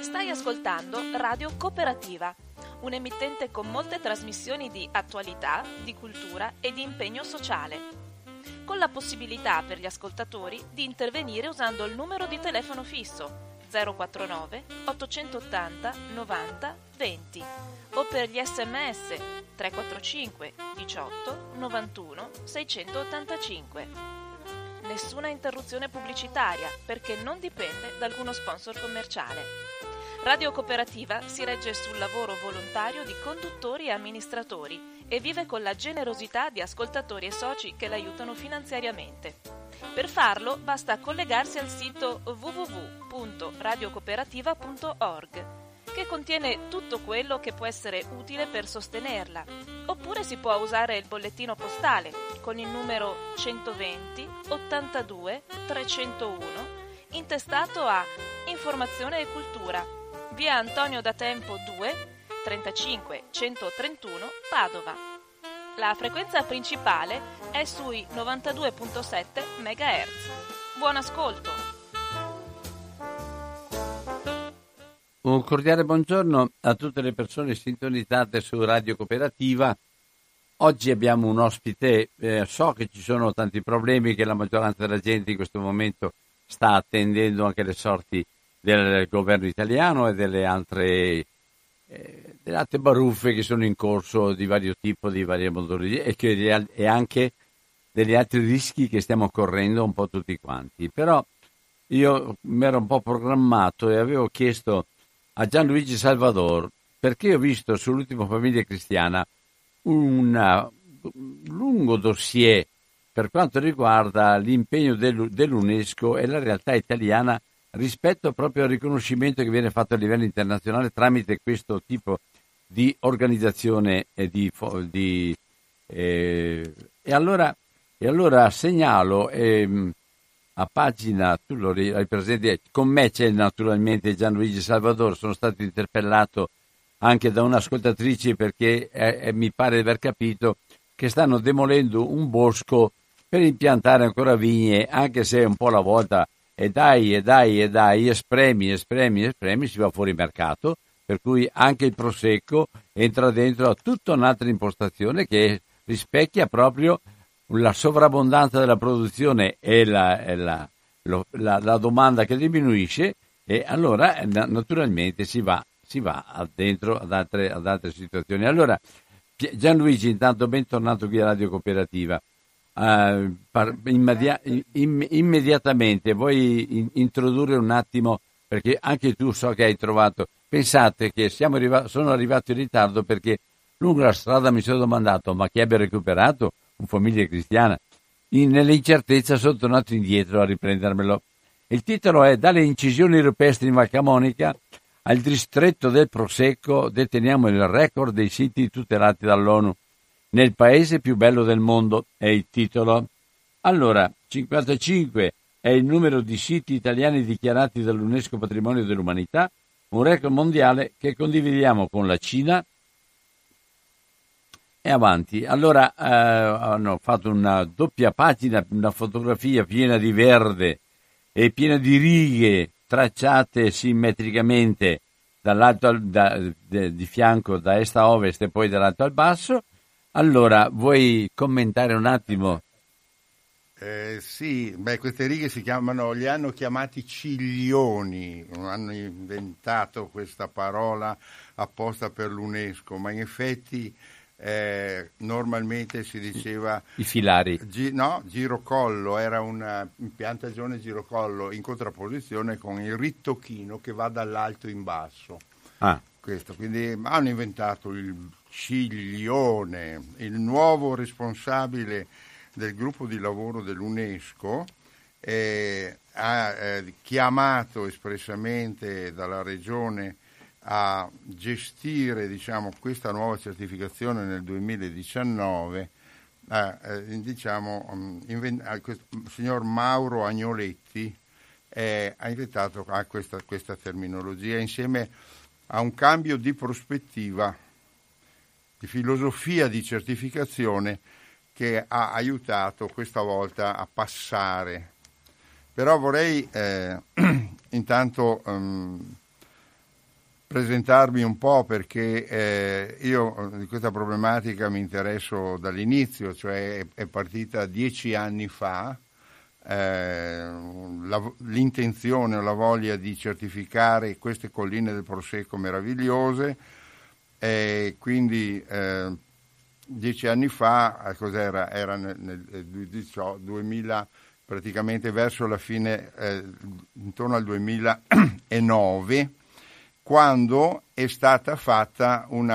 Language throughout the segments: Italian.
Stai ascoltando Radio Cooperativa, un emittente con molte trasmissioni di attualità, di cultura e di impegno sociale, con la possibilità per gli ascoltatori di intervenire usando il numero di telefono fisso 049 880 90 20 o per gli sms 345 18 91 685. Nessuna interruzione pubblicitaria perché non dipende da alcuno sponsor commerciale. Radio Cooperativa si regge sul lavoro volontario di conduttori e amministratori e vive con la generosità di ascoltatori e soci che l'aiutano finanziariamente. Per farlo basta collegarsi al sito www.radiocooperativa.org, che contiene tutto quello che può essere utile per sostenerla, oppure si può usare il bollettino postale con il numero 120 82 301 intestato a Informazione e Cultura, via Antonio da Tempo 2 35 131 Padova. La frequenza principale è sui 92.7 MHz. Buon ascolto! Un cordiale buongiorno a tutte le persone sintonizzate su Radio Cooperativa. Oggi abbiamo un ospite, so che ci sono tanti problemi, che la maggioranza della gente in questo momento sta attendendo anche le sorti del governo italiano e delle altre baruffe che sono in corso di vario tipo, di varie modalità e anche degli altri rischi che stiamo correndo un po' tutti quanti. Però io mi ero un po' programmato e avevo chiesto a Gianluigi Salvador, perché ho visto sull'ultimo Famiglia Cristiana un lungo dossier per quanto riguarda l'impegno dell'UNESCO e la realtà italiana rispetto proprio al riconoscimento che viene fatto a livello internazionale tramite questo tipo di organizzazione e allora segnalo a pagina, tu lo hai presente, con me c'è naturalmente Gianluigi Salvador. Sono stato interpellato anche da un'ascoltatrice perché mi pare di aver capito che stanno demolendo un bosco per impiantare ancora vigne, anche se un po' alla volta espremi, si va fuori mercato, per cui anche il Prosecco entra dentro a tutta un'altra impostazione che rispecchia proprio la sovrabbondanza della produzione e la domanda che diminuisce, e allora naturalmente si va dentro ad altre situazioni. Allora, Gianluigi, intanto bentornato qui a Radio Cooperativa. Immediatamente vuoi introdurre un attimo, perché anche tu so che hai trovato, pensate che sono arrivato in ritardo perché lungo la strada mi sono domandato ma chi abbia recuperato un Famiglia Cristiana. Nell'incertezza sono tornato indietro a riprendermelo. Il titolo è: dalle incisioni rupestri in Val Camonica al distretto del Prosecco deteniamo il record dei siti tutelati dall'ONU. Nel paese più bello del mondo è il titolo. Allora, 55 è il numero di siti italiani dichiarati dall'UNESCO Patrimonio dell'Umanità, un record mondiale che condividiamo con la Cina. E avanti. Allora hanno fatto una doppia pagina, una fotografia piena di verde e piena di righe tracciate simmetricamente dall'alto di fianco, da est a ovest e poi dall'alto al basso. Allora, vuoi commentare un attimo? Sì, queste righe li hanno chiamati ciglioni, hanno inventato questa parola apposta per l'UNESCO, ma in effetti normalmente si diceva i filari. Girocollo, era una impiantagione girocollo in contrapposizione con il ritocchino che va dall'alto in basso. Questo, quindi hanno inventato il ciglione. Il nuovo responsabile del gruppo di lavoro dell'UNESCO ha chiamato espressamente dalla regione a gestire, questa nuova certificazione nel 2019, il signor Mauro Agnoletti ha inventato questa terminologia, insieme a un cambio di prospettiva, di filosofia di certificazione che ha aiutato questa volta a passare. Però vorrei intanto presentarmi un po' perché io di questa problematica mi interesso dall'inizio, cioè è partita 10 anni fa. L'intenzione o la voglia di certificare queste colline del Prosecco meravigliose, quindi 10 anni fa, cos'era? Era nel 2000, praticamente verso la fine, intorno al 2009, quando è stata fatta un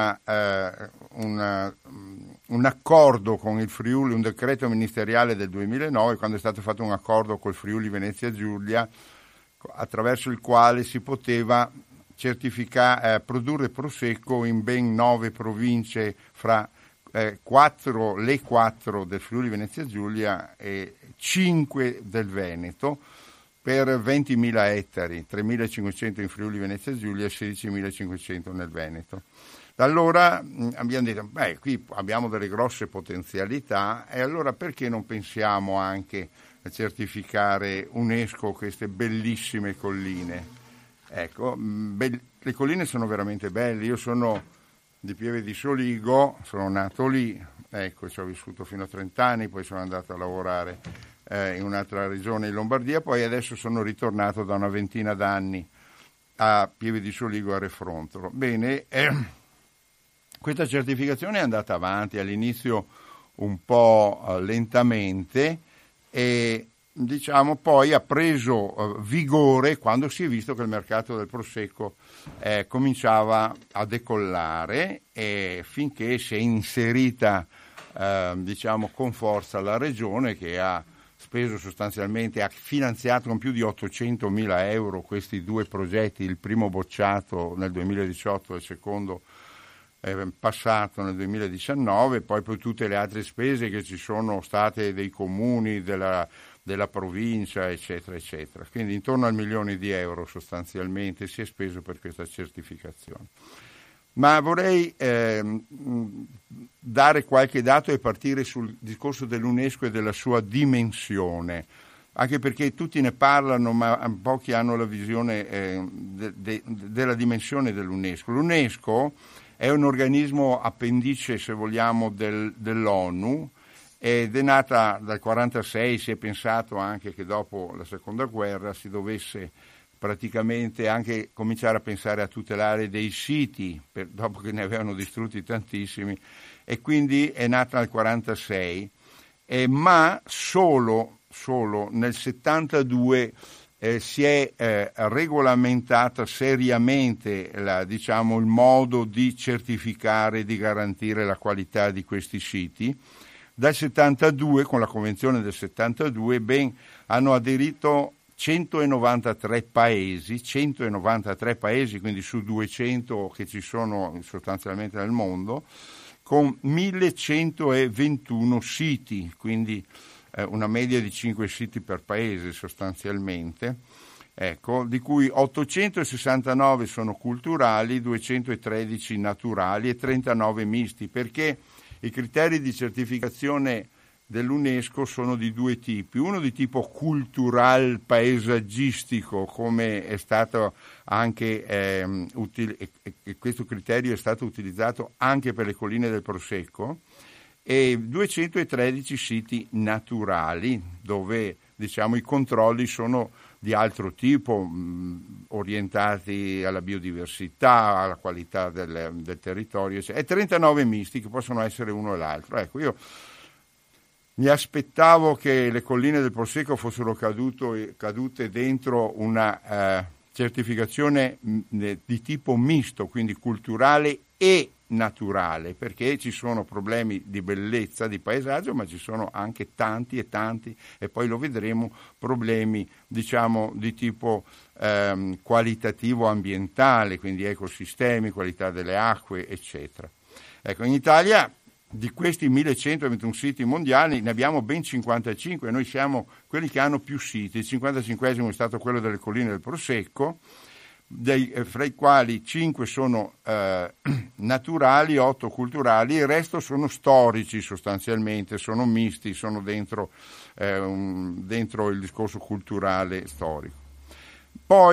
accordo con il Friuli, un decreto ministeriale del 2009, quando è stato fatto un accordo col Friuli Venezia Giulia, attraverso il quale si poteva produrre Prosecco in ben 9 province, fra le 4 del Friuli Venezia Giulia e 5 del Veneto, per 20.000 ettari, 3.500 in Friuli Venezia Giulia e 16.500 nel Veneto. Da allora abbiamo detto, qui abbiamo delle grosse potenzialità, e allora perché non pensiamo anche a certificare UNESCO queste bellissime colline? Ecco, le colline sono veramente belle. Io sono di Pieve di Soligo, sono nato lì, ecco, ci ho vissuto fino a 30 anni, poi sono andato a lavorare in un'altra regione in Lombardia, poi adesso sono ritornato da una ventina d'anni a Pieve di Soligo, a Refrontolo. Bene, questa certificazione è andata avanti all'inizio un po' lentamente, e diciamo poi ha preso vigore quando si è visto che il mercato del Prosecco cominciava a decollare, e finché si è inserita diciamo con forza la regione, che ha speso sostanzialmente, ha finanziato con più di 800.000 euro questi 2 progetti, il primo bocciato nel 2018 e il secondo passato nel 2019, poi tutte le altre spese che ci sono state dei comuni, della provincia, eccetera, eccetera. Quindi intorno al 1 milione di euro sostanzialmente si è speso per questa certificazione. Ma vorrei dare qualche dato e partire sul discorso dell'UNESCO e della sua dimensione, anche perché tutti ne parlano, ma pochi hanno la visione della dimensione dell'UNESCO. L'UNESCO è un organismo appendice, se vogliamo, dell'ONU, ed è nata dal 1946. Si è pensato anche che dopo la seconda guerra si dovesse praticamente anche cominciare a pensare a tutelare dei siti, dopo che ne avevano distrutti tantissimi, e quindi è nata nel 1946, ma solo nel 1972 si è regolamentata seriamente il modo di certificare e di garantire la qualità di questi siti. Dal 72, con la convenzione del 72, hanno aderito 193 paesi, quindi su 200 che ci sono sostanzialmente nel mondo, con 1121 siti, quindi una media di 5 siti per paese sostanzialmente, ecco, di cui 869 sono culturali, 213 naturali e 39 misti, perché i criteri di certificazione dell'UNESCO sono di 2 tipi, uno di tipo cultural paesaggistico, come è stato anche e questo criterio è stato utilizzato anche per le colline del Prosecco, e 213 siti naturali, dove diciamo i controlli sono di altro tipo, orientati alla biodiversità, alla qualità del territorio, e 39 misti che possono essere uno e l'altro. Ecco, io mi aspettavo che le colline del Prosecco fossero cadute dentro una certificazione di tipo misto, quindi culturale e naturale, perché ci sono problemi di bellezza, di paesaggio, ma ci sono anche tanti, e poi lo vedremo, problemi diciamo di tipo qualitativo ambientale, quindi ecosistemi, qualità delle acque, eccetera. Ecco, in Italia di questi 1121 siti mondiali ne abbiamo ben 55, noi siamo quelli che hanno più siti. Il 55esimo è stato quello delle colline del Prosecco, fra i quali 5 sono naturali, 8 culturali, il resto sono storici sostanzialmente, sono misti, sono dentro il discorso culturale storico. Poi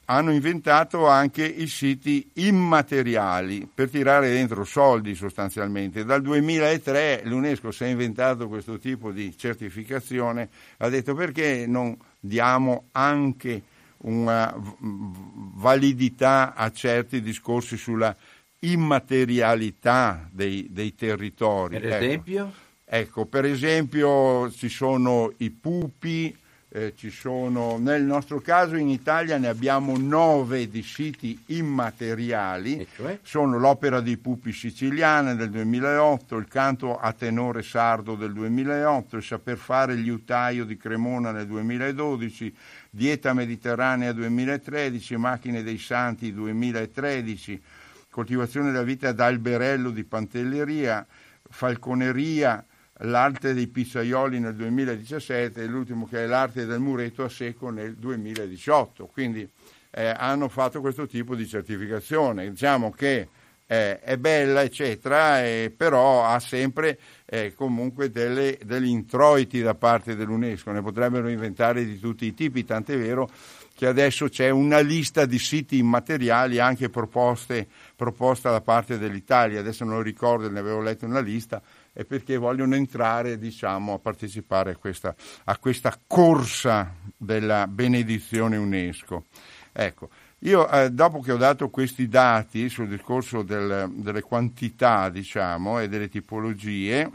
hanno inventato anche i siti immateriali per tirare dentro soldi sostanzialmente. Dal 2003 l'UNESCO si è inventato questo tipo di certificazione, ha detto perché non diamo anche una validità a certi discorsi sulla immaterialità dei territori. Per esempio? Ecco, per esempio ci sono i pupi, ci sono, nel nostro caso in Italia ne abbiamo 9 di siti immateriali, cioè? Sono l'Opera dei Pupi siciliana del 2008, il Canto a tenore sardo del 2008, il Saper fare liutaio di Cremona nel 2012, Dieta mediterranea 2013, Macchine dei Santi 2013, Coltivazione della vita ad Alberello di Pantelleria, Falconeria, l'arte dei pizzaioli nel 2017 e l'ultimo che è l'arte del muretto a secco nel 2018. Quindi hanno fatto questo tipo di certificazione. Diciamo che è bella, eccetera, però ha sempre comunque degli introiti da parte dell'UNESCO. Ne potrebbero inventare di tutti i tipi, tant'è vero che adesso c'è una lista di siti immateriali anche proposta da parte dell'Italia. Adesso non ricordo, ne avevo letto una lista, è perché vogliono entrare, diciamo, a partecipare a questa corsa della benedizione UNESCO. Ecco, io dopo che ho dato questi dati sul discorso delle quantità, diciamo, e delle tipologie,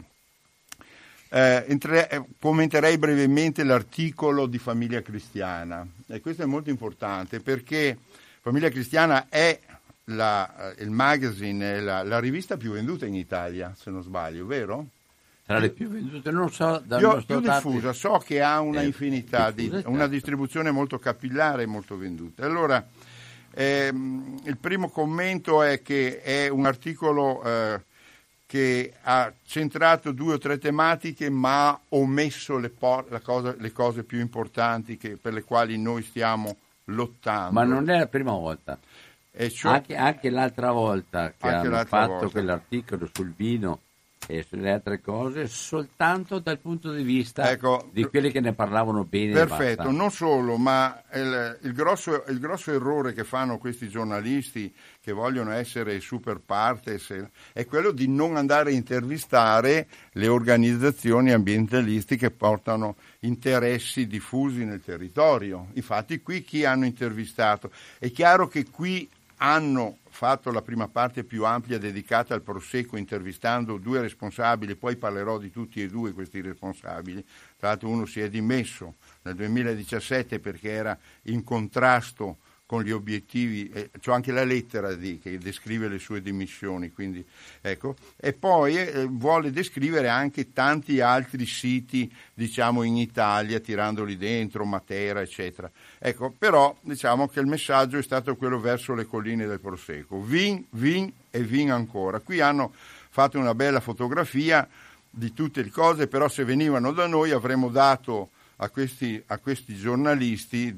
commenterei brevemente l'articolo di Famiglia Cristiana, e questo è molto importante perché Famiglia Cristiana è il magazine, la rivista più venduta in Italia, se non sbaglio, vero? Tra le più vendute, non so, più diffusa, so che ha una infinità, una distribuzione molto capillare e molto venduta. Allora, il primo commento è che è un articolo che ha centrato 2 o 3 tematiche, ma ha omesso le cose più importanti per le quali noi stiamo lottando. Ma non è la prima volta. Anche l'altra volta che hanno fatto quell'articolo sul vino e sulle altre cose, soltanto dal punto di vista di quelli che ne parlavano bene. Perfetto, non solo, ma il grosso errore che fanno questi giornalisti che vogliono essere super partes è quello di non andare a intervistare le organizzazioni ambientalisti che portano interessi diffusi nel territorio. Infatti qui chi hanno intervistato? È chiaro che qui hanno fatto la prima parte più ampia dedicata al Prosecco, intervistando 2 responsabili, poi parlerò di tutti e 2 questi responsabili. Tra l'altro uno si è dimesso nel 2017 perché era in contrasto con gli obiettivi, c'ho anche la lettera che descrive le sue dimissioni, quindi ecco, e poi vuole descrivere anche tanti altri siti, diciamo, in Italia, tirandoli dentro, Matera, eccetera. Ecco, però diciamo che il messaggio è stato quello verso le colline del Prosecco, vin e vin ancora. Qui hanno fatto una bella fotografia di tutte le cose, però se venivano da noi avremmo dato a questi giornalisti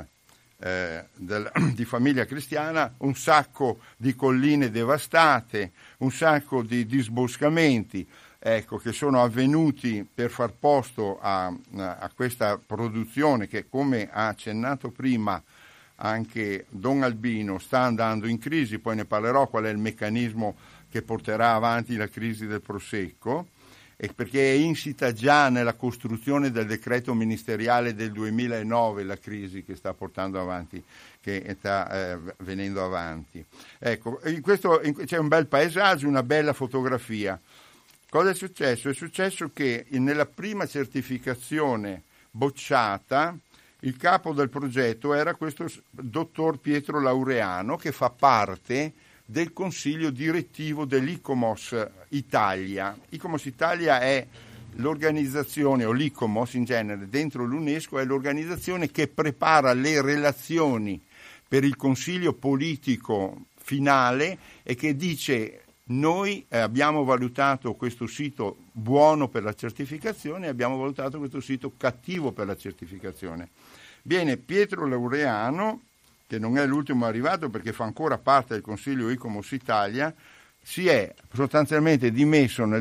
di Famiglia Cristiana un sacco di colline devastate, un sacco di disboscamenti, ecco, che sono avvenuti per far posto a questa produzione che, come ha accennato prima anche Don Albino, sta andando in crisi. Poi ne parlerò qual è il meccanismo che porterà avanti la crisi del Prosecco, e perché è insita già nella costruzione del decreto ministeriale del 2009 la crisi che sta portando avanti, che sta venendo avanti. Ecco, c'è un bel paesaggio, una bella fotografia. Cosa è successo? È successo che nella prima certificazione bocciata il capo del progetto era questo dottor Pietro Laureano, che fa parte del consiglio direttivo dell'ICOMOS Italia. ICOMOS Italia è l'organizzazione, o l'ICOMOS in genere, dentro l'UNESCO, è l'organizzazione che prepara le relazioni per il consiglio politico finale e che dice: noi abbiamo valutato questo sito buono per la certificazione, abbiamo valutato questo sito cattivo per la certificazione. Viene Pietro Laureano, che non è l'ultimo arrivato perché fa ancora parte del Consiglio ICOMOS Italia, si è sostanzialmente dimesso nel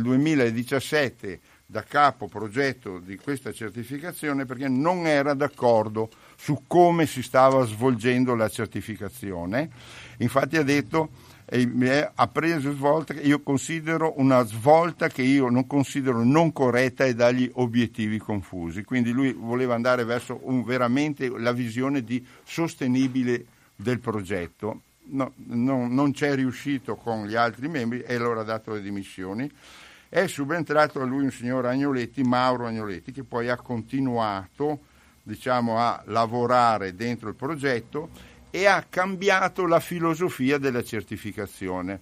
2017 da capo progetto di questa certificazione perché non era d'accordo su come si stava svolgendo la certificazione. Infatti ha detto ha preso svolta che io considero una svolta che io non considero non corretta e dagli obiettivi confusi. Quindi lui voleva andare verso veramente la visione di sostenibile del progetto. No, non c'è riuscito con gli altri membri e allora ha dato le dimissioni. È subentrato a lui un signor Agnoletti, Mauro Agnoletti, che poi ha continuato, diciamo, a lavorare dentro il progetto e ha cambiato la filosofia della certificazione.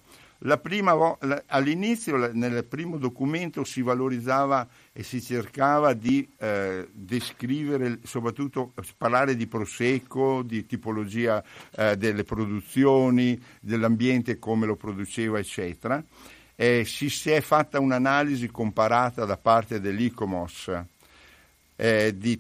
All'inizio, nel primo documento, si valorizzava e si cercava di descrivere, soprattutto parlare di prosecco, di tipologia delle produzioni, dell'ambiente, come lo produceva, eccetera. Si è fatta un'analisi comparata da parte dell'ICOMOS di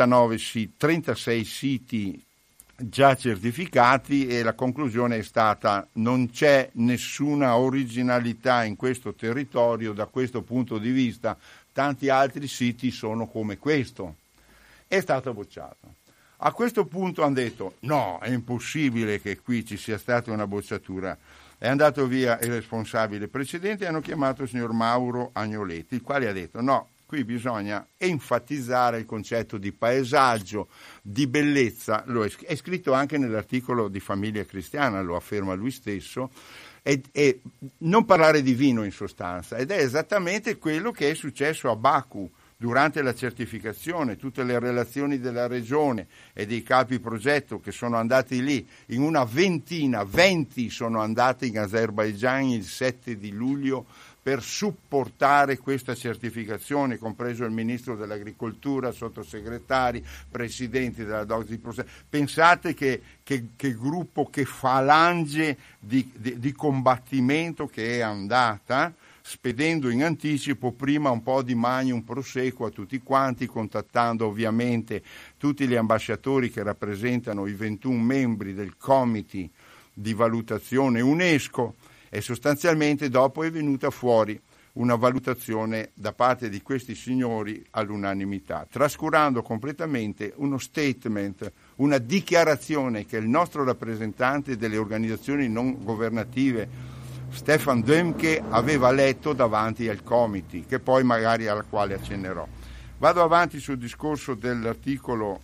36 siti già certificati e la conclusione è stata: non c'è nessuna originalità in questo territorio da questo punto di vista, tanti altri siti sono come questo. È stato bocciato. A questo punto hanno detto no, è impossibile che qui ci sia stata una bocciatura. È andato via il responsabile precedente e hanno chiamato il signor Mauro Agnoletti, il quale ha detto no, qui bisogna enfatizzare il concetto di paesaggio, di bellezza. È scritto anche nell'articolo di Famiglia Cristiana, lo afferma lui stesso, e non parlare di vino in sostanza, ed è esattamente quello che è successo a Baku durante la certificazione. Tutte le relazioni della regione e dei capi progetto che sono andati lì, in una ventina, 20 sono andati in Azerbaigian il 7 di luglio per supportare questa certificazione, compreso il ministro dell'agricoltura, sottosegretari, presidenti della DOC. Pensate che gruppo, che falange di combattimento che è andata, spedendo in anticipo prima un po' di Magnum Prosecco a tutti quanti, contattando ovviamente tutti gli ambasciatori che rappresentano i 21 membri del comité di valutazione UNESCO, e sostanzialmente dopo è venuta fuori una valutazione da parte di questi signori all'unanimità, trascurando completamente uno statement, una dichiarazione che il nostro rappresentante delle organizzazioni non governative, Stefan Dömke, aveva letto davanti al comité, che poi magari alla quale accennerò. Vado avanti sul discorso dell'articolo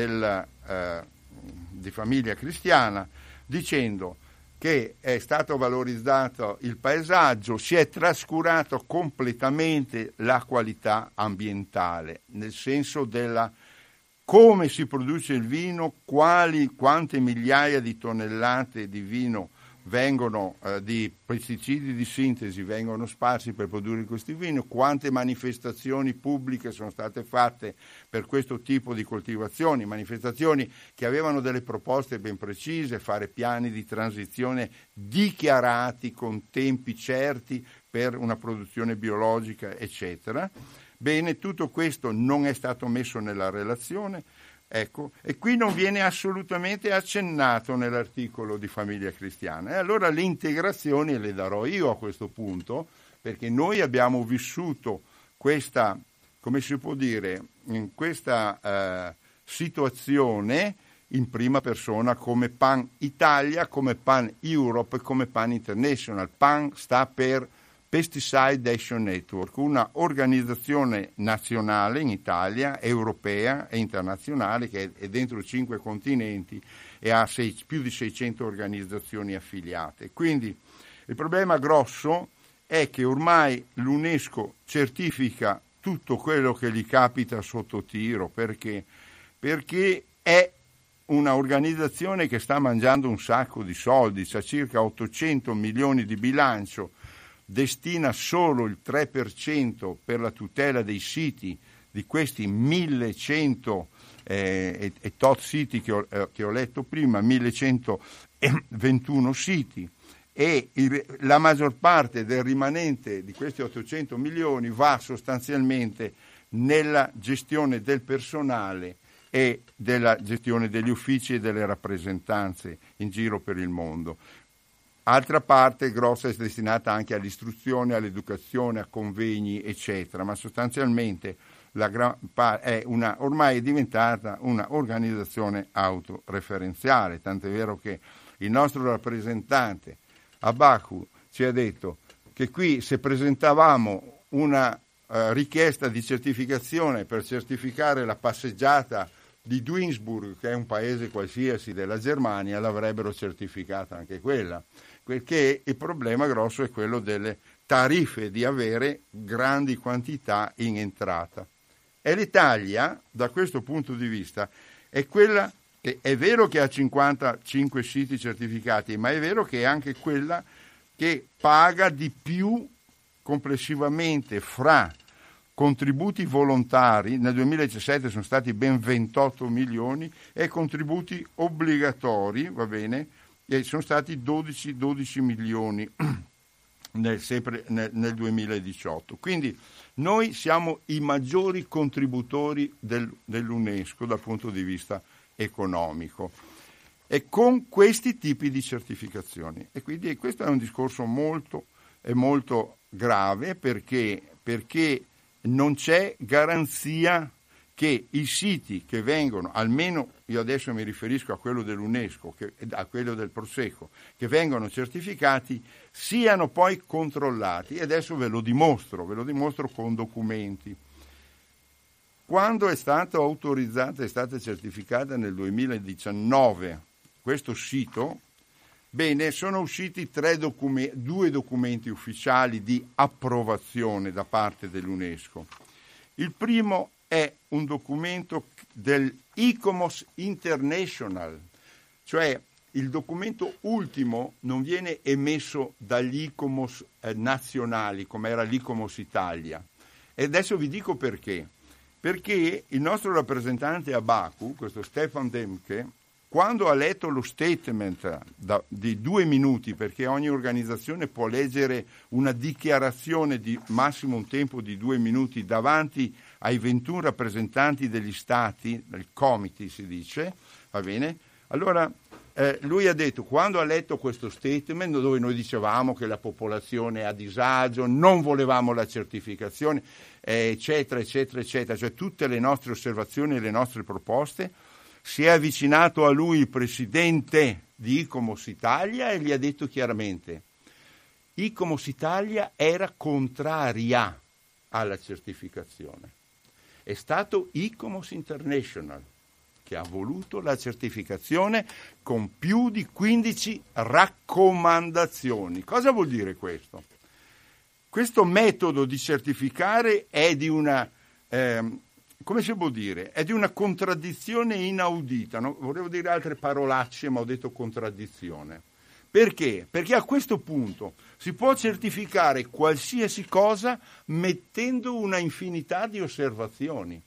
di Famiglia Cristiana, dicendo che è stato valorizzato il paesaggio, si è trascurato completamente la qualità ambientale, nel senso della come si produce il vino, quante migliaia di tonnellate di vino di pesticidi di sintesi vengono sparsi per produrre questi vini, quante manifestazioni pubbliche sono state fatte per questo tipo di coltivazioni, manifestazioni che avevano delle proposte ben precise, fare piani di transizione dichiarati con tempi certi per una produzione biologica, eccetera. Bene, tutto questo non è stato messo nella relazione. Ecco, e qui non viene assolutamente accennato nell'articolo di Famiglia Cristiana. E allora le integrazioni le darò io a questo punto, perché noi abbiamo vissuto questa, come si può dire, in questa situazione in prima persona come PAN Italia, come PAN Europe e come PAN International. PAN sta per Pesticide Action Network, una organizzazione nazionale in Italia, europea e internazionale, che è dentro 5 continenti e ha più di 600 organizzazioni affiliate. Quindi il problema grosso è che ormai l'UNESCO certifica tutto quello che gli capita sotto tiro, perché è una organizzazione che sta mangiando un sacco di soldi, c'ha circa 800 milioni di bilancio, destina solo il 3% per la tutela dei siti, di questi 1100 e tot siti che ho letto prima, 1121 siti, e la maggior parte del rimanente di questi 800 milioni va sostanzialmente nella gestione del personale e della gestione degli uffici e delle rappresentanze in giro per il mondo. Altra parte grossa è destinata anche all'istruzione, all'educazione, a convegni, eccetera, ma sostanzialmente ormai è diventata una organizzazione autoreferenziale, tant'è vero che il nostro rappresentante a Baku ci ha detto che qui se presentavamo una richiesta di certificazione per certificare la passeggiata di Duisburg, che è un paese qualsiasi della Germania, l'avrebbero certificata anche quella, perché il problema grosso è quello delle tariffe, di avere grandi quantità in entrata. E l'Italia, da questo punto di vista, è quella che è vero che ha 55 siti certificati, ma è vero che è anche quella che paga di più complessivamente fra contributi volontari. Nel 2017 sono stati ben 28 milioni e contributi obbligatori, va bene, e sono stati 12 milioni sempre nel 2018. Quindi noi siamo i maggiori contributori dell'UNESCO dal punto di vista economico, e con questi tipi di certificazioni. E quindi questo è un discorso molto grave, perché non c'è garanzia che i siti che vengono, almeno io adesso mi riferisco a quello dell'UNESCO, a quello del Prosecco, che vengono certificati, siano poi controllati. E adesso ve lo dimostro con documenti. Quando è stata autorizzata, è stata certificata nel 2019 questo sito, bene, sono usciti 2 documenti ufficiali di approvazione da parte dell'UNESCO. Il primo è un documento dell'ICOMOS International, cioè il documento ultimo non viene emesso dagli ICOMOS nazionali, come era l'ICOMOS Italia. E adesso vi dico perché. Perché il nostro rappresentante a Baku, questo Stefan Demke, quando ha letto lo statement di 2 minuti, perché ogni organizzazione può leggere una dichiarazione di massimo un tempo di 2 minuti davanti ai 21 rappresentanti degli stati, del committee si dice, va bene? Allora lui ha detto, quando ha letto questo statement dove noi dicevamo che la popolazione è a disagio, non volevamo la certificazione, eccetera, cioè tutte le nostre osservazioni e le nostre proposte, si è avvicinato a lui il presidente di ICOMOS Italia e gli ha detto chiaramente: ICOMOS Italia era contraria alla certificazione. È stato ICOMOS International che ha voluto la certificazione con più di 15 raccomandazioni. Cosa vuol dire questo? Questo metodo di certificare è di una, come si può dire? È di una contraddizione inaudita. No? Volevo dire altre parolacce, ma ho detto contraddizione. Perché? Perché a questo punto si può certificare qualsiasi cosa mettendo una infinità di osservazioni.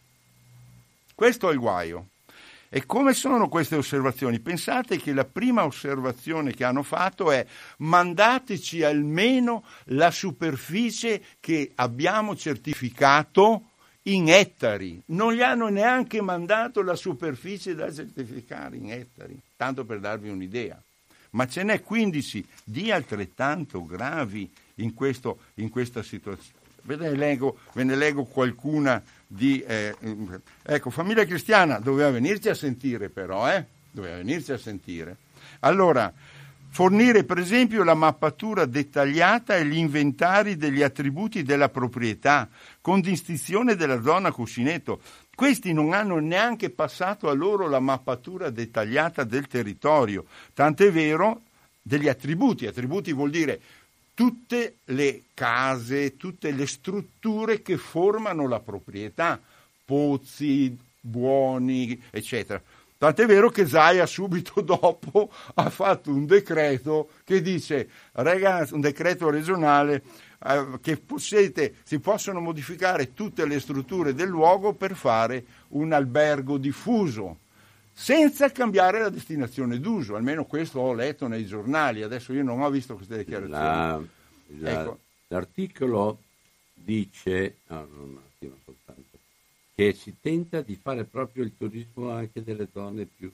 Questo è il guaio. E come sono queste osservazioni? Pensate che la prima osservazione che hanno fatto è: mandateci almeno la superficie che abbiamo certificato in ettari. Non gli hanno neanche mandato la superficie da certificare in ettari, tanto per darvi un'idea. Ma ce n'è 15 di altrettanto gravi in questa situazione. Ve ne leggo qualcuna di... ecco, Famiglia Cristiana doveva venirci a sentire però, doveva venirci a sentire. Allora, fornire per esempio la mappatura dettagliata e gli inventari degli attributi della proprietà, con distinzione della zona cuscinetto. Questi non hanno neanche passato a loro la mappatura dettagliata del territorio, tant'è vero degli attributi. Attributi vuol dire tutte le case, tutte le strutture che formano la proprietà, pozzi, buoni, eccetera. Tant'è vero che Zaia subito dopo ha fatto un decreto che dice: ragazzi, un decreto regionale, che si possono modificare tutte le strutture del luogo per fare un albergo diffuso, senza cambiare la destinazione d'uso. Almeno questo ho letto nei giornali. Adesso io non ho visto queste dichiarazioni. Ecco. L'articolo dice, un attimo soltanto, che si tenta di fare proprio il turismo anche delle zone più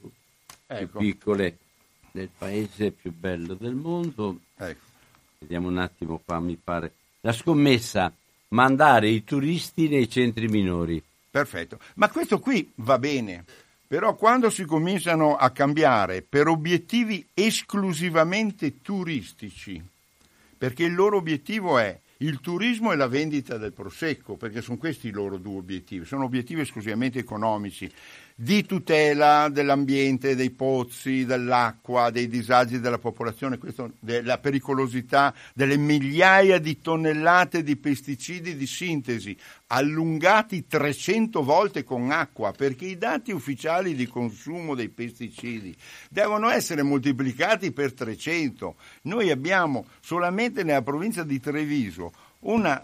piccole del paese più bello del mondo. Ecco. Vediamo un attimo qua, mi pare. La scommessa: mandare i turisti nei centri minori. Perfetto, ma questo qui va bene, però quando si cominciano a cambiare per obiettivi esclusivamente turistici, perché il loro obiettivo è il turismo e la vendita del prosecco, perché sono questi i loro due obiettivi, sono obiettivi esclusivamente economici, di tutela dell'ambiente, dei pozzi, dell'acqua, dei disagi della popolazione, della pericolosità delle migliaia di tonnellate di pesticidi di sintesi, allungati 300 volte con acqua, perché i dati ufficiali di consumo dei pesticidi devono essere moltiplicati per 300. Noi abbiamo solamente nella provincia di Treviso una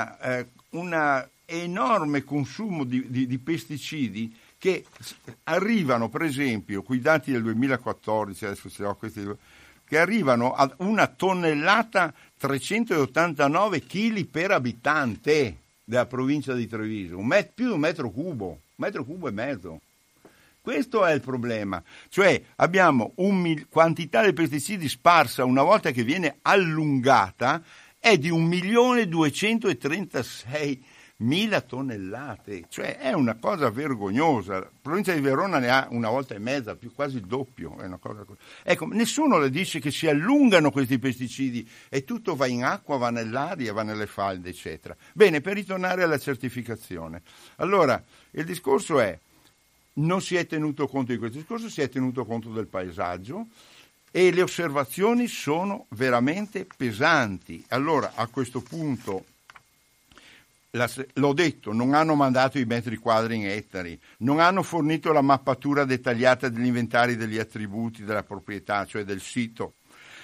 enorme consumo di pesticidi che arrivano, per esempio, con i dati del 2014, adesso ce l'ho questi, che arrivano a una tonnellata 389 kg per abitante della provincia di Treviso, più di un metro cubo e mezzo. Questo è il problema, cioè abbiamo quantità di pesticidi sparsa una volta che viene allungata è di 1.236.000 tonnellate, cioè è una cosa vergognosa. La provincia di Verona ne ha una volta e mezza, più quasi il doppio. È una cosa. Ecco, nessuno le dice che si allungano questi pesticidi e tutto va in acqua, va nell'aria, va nelle falde, eccetera. Bene, per ritornare alla certificazione. Allora, il discorso è, non si è tenuto conto di questo discorso, si è tenuto conto del paesaggio, e le osservazioni sono veramente pesanti. Allora, a questo punto, l'ho detto, non hanno mandato i metri quadri in ettari, non hanno fornito la mappatura dettagliata degli inventari degli attributi della proprietà, cioè del sito.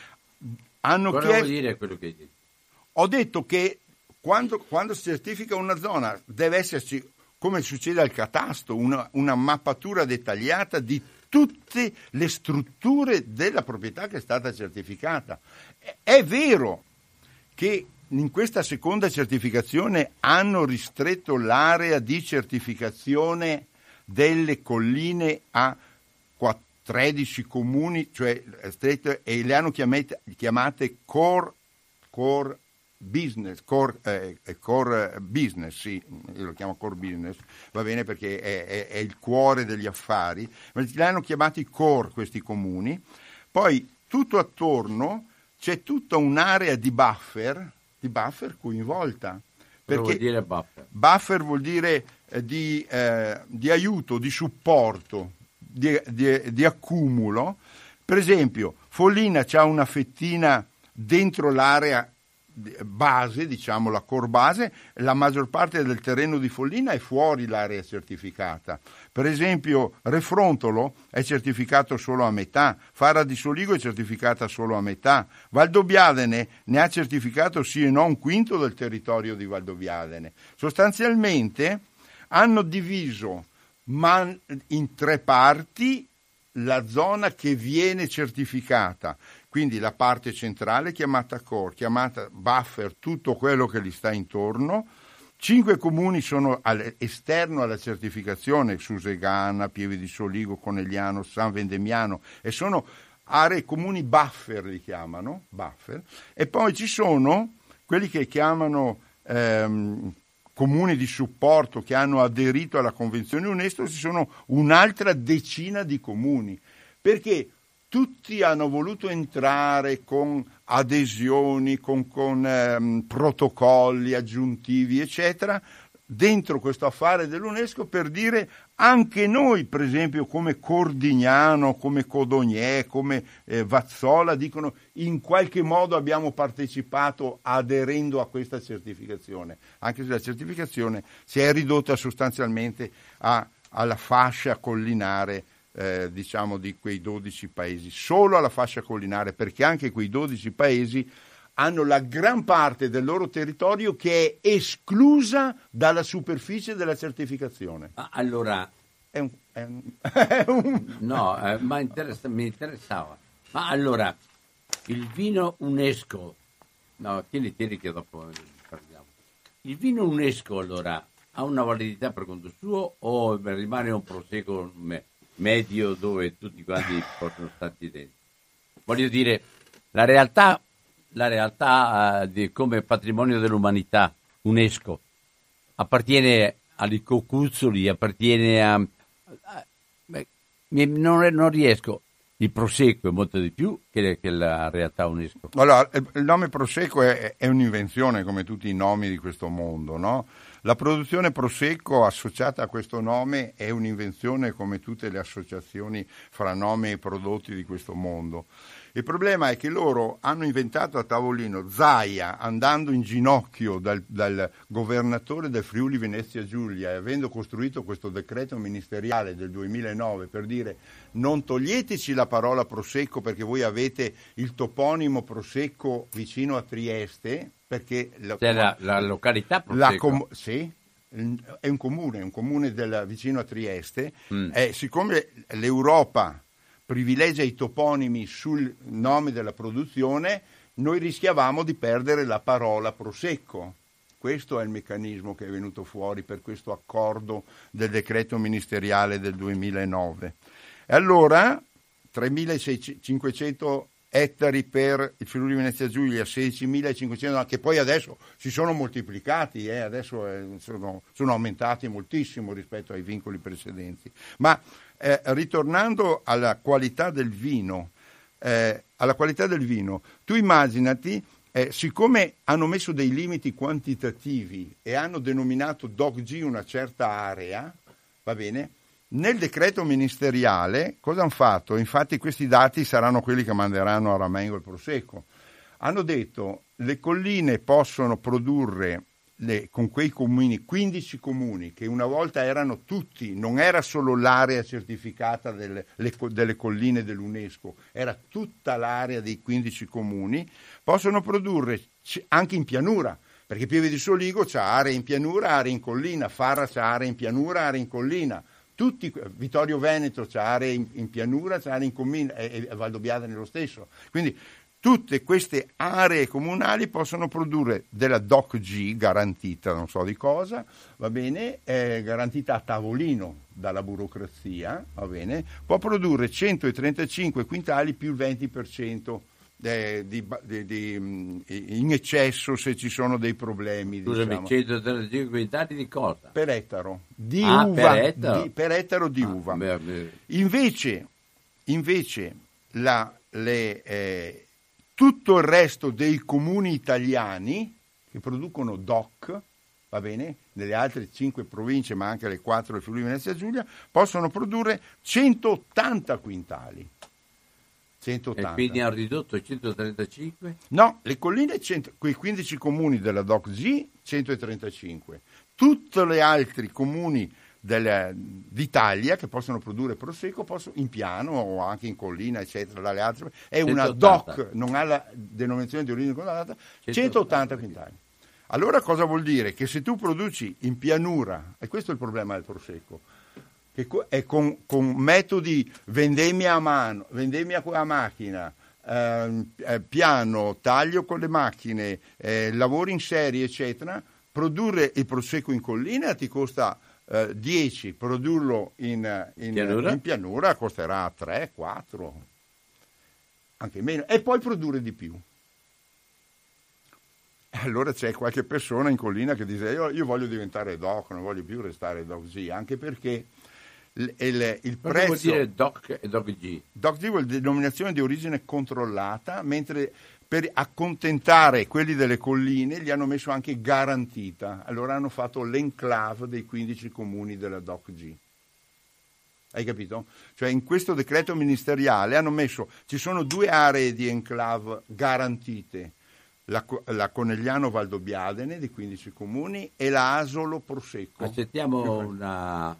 Cosa vuol dire quello che hai detto? Ho detto che quando si certifica una zona deve esserci, come succede al catasto, una mappatura dettagliata di tutte le strutture della proprietà che è stata certificata. È vero che in questa seconda certificazione hanno ristretto l'area di certificazione delle colline a 13 comuni, cioè e le hanno chiamate core business, core business, sì, io lo chiamo core business, va bene, perché è il cuore degli affari, ma le hanno chiamati core questi comuni. Poi tutto attorno c'è tutta un'area di buffer coinvolta. Cosa vuol dire buffer? Buffer vuol dire di aiuto, di supporto, di accumulo. Per esempio, Follina c'ha una fettina dentro l'area base, diciamo la core base, la maggior parte del terreno di Follina è fuori l'area certificata. Per esempio Refrontolo è certificato solo a metà, Fara di Soligo è certificata solo a metà, Valdobbiadene ne ha certificato sì e no un quinto del territorio di Valdobbiadene. Sostanzialmente hanno diviso in 3 parti la zona che viene certificata, quindi la parte centrale chiamata core, chiamata buffer, tutto quello che gli sta intorno. 5 comuni sono esterno alla certificazione, Susegana, Pieve di Soligo, Conegliano, San Vendemiano, e sono aree comuni buffer, li chiamano, buffer. E poi ci sono quelli che chiamano comuni di supporto che hanno aderito alla Convenzione UNESCO, ci sono un'altra decina di comuni, perché tutti hanno voluto entrare con adesioni, con protocolli aggiuntivi, eccetera, dentro questo affare dell'UNESCO, per dire anche noi, per esempio, come Cordignano, come Codogné, come Vazzola, dicono in qualche modo abbiamo partecipato aderendo a questa certificazione, anche se la certificazione si è ridotta sostanzialmente alla fascia collinare, diciamo, di quei 12 paesi, solo alla fascia collinare, perché anche quei 12 paesi hanno la gran parte del loro territorio che è esclusa dalla superficie della certificazione. Allora, no, ma mi interessava. Ma allora, il vino UNESCO, no, tieni che dopo parliamo. Il vino UNESCO allora ha una validità per conto suo o rimane un prosecco medio dove tutti quanti possono starci dentro? Voglio dire, la realtà come patrimonio dell'umanità UNESCO appartiene agli cocuzzoli, appartiene non riesco. Il Prosecco è molto di più che la realtà UNESCO. Allora, il nome Prosecco è un'invenzione, come tutti i nomi di questo mondo, no? La produzione Prosecco associata a questo nome è un'invenzione, come tutte le associazioni fra nomi e prodotti di questo mondo. Il problema è che loro hanno inventato a tavolino Zaia, andando in ginocchio dal governatore del Friuli Venezia Giulia e avendo costruito questo decreto ministeriale del 2009 per dire non toglieteci la parola Prosecco perché voi avete il toponimo Prosecco vicino a Trieste, perché la località Prosecco. Sì, è un comune vicino a Trieste, siccome l'Europa privilegia i toponimi sul nome della produzione, noi rischiavamo di perdere la parola Prosecco. Questo è il meccanismo che è venuto fuori per questo accordo del decreto ministeriale del 2009. E allora 3.500 ettari per il Friuli Venezia Giulia, 16.500, che poi adesso si sono moltiplicati, adesso sono aumentati moltissimo rispetto ai vincoli precedenti. Ma ritornando alla qualità del vino, tu immaginati, siccome hanno messo dei limiti quantitativi e hanno denominato DOCG una certa area, va bene? Nel decreto ministeriale cosa hanno fatto? Infatti questi dati saranno quelli che manderanno a Ramengo il Prosecco. Hanno detto le colline possono produrre con quei comuni, 15 comuni, che una volta erano tutti, non era solo l'area certificata delle colline dell'UNESCO, era tutta l'area dei 15 comuni, possono produrre anche in pianura, perché Pieve di Soligo c'ha aree in pianura, aree in collina, Farra c'ha aree in pianura, aree in collina, Vittorio Veneto c'ha aree in pianura, c'ha aree in collina, e Valdobbiadene lo stesso. Quindi tutte queste aree comunali possono produrre della DOCG garantita, non so di cosa, va bene, garantita a tavolino dalla burocrazia, va bene, può produrre 135 quintali più il 20% in eccesso se ci sono dei problemi. Scusami, 135 quintali di cosa? Per ettaro, di uva. Per ettaro di uva. Invece tutto il resto dei comuni italiani che producono DOC, va bene, nelle altre 5 province, ma anche le 4 del Friuli Venezia Giulia, possono produrre 180 quintali. 180. E quindi hanno ridotto 135? No, le colline, quei 15 comuni della DOC-G, 135. Tutti gli altri comuni d'Italia che possono produrre Prosecco in piano o anche in collina, eccetera, dalle altre, è 180. Una DOC, non ha la denominazione di origine condannata, 180 quintali. Allora cosa vuol dire? Che se tu produci in pianura, e questo è il problema del Prosecco, che è con metodi vendemmia a mano, vendemmia con la macchina, piano, taglio con le macchine, lavori in serie, eccetera, produrre il Prosecco in collina ti costa 10, produrlo in pianura costerà 3, 4, anche meno, e poi produrre di più. Allora c'è qualche persona in collina che dice io voglio diventare DOC, non voglio più restare DOC-G, anche perché il prezzo... vuol dire DOC e DOC-G? DOC-G vuol dire denominazione di origine controllata, mentre per accontentare quelli delle colline gli hanno messo anche garantita. Allora hanno fatto l'enclave dei 15 comuni della DOC-G. Hai capito? Cioè in questo decreto ministeriale hanno messo, ci sono 2 aree di enclave garantite, la Conegliano Valdobbiadene di 15 comuni e la Asolo Prosecco. Accettiamo una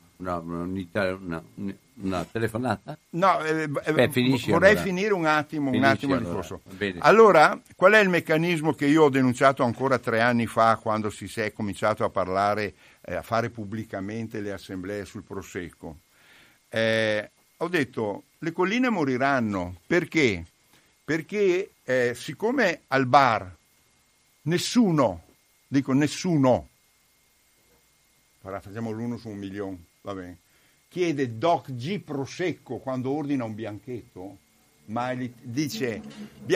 telefonata? No, finisci, vorrei allora. Finire un attimo il discorso. Bene. Allora, qual è il meccanismo che io ho denunciato ancora 3 anni fa, quando si è cominciato a parlare, a fare pubblicamente le assemblee sul Prosecco? Ho detto, le colline moriranno. Perché? Perché siccome al bar nessuno, facciamo l'1 su 1 milione, va bene, chiede DOC-G Prosecco quando ordina un bianchetto, ma dice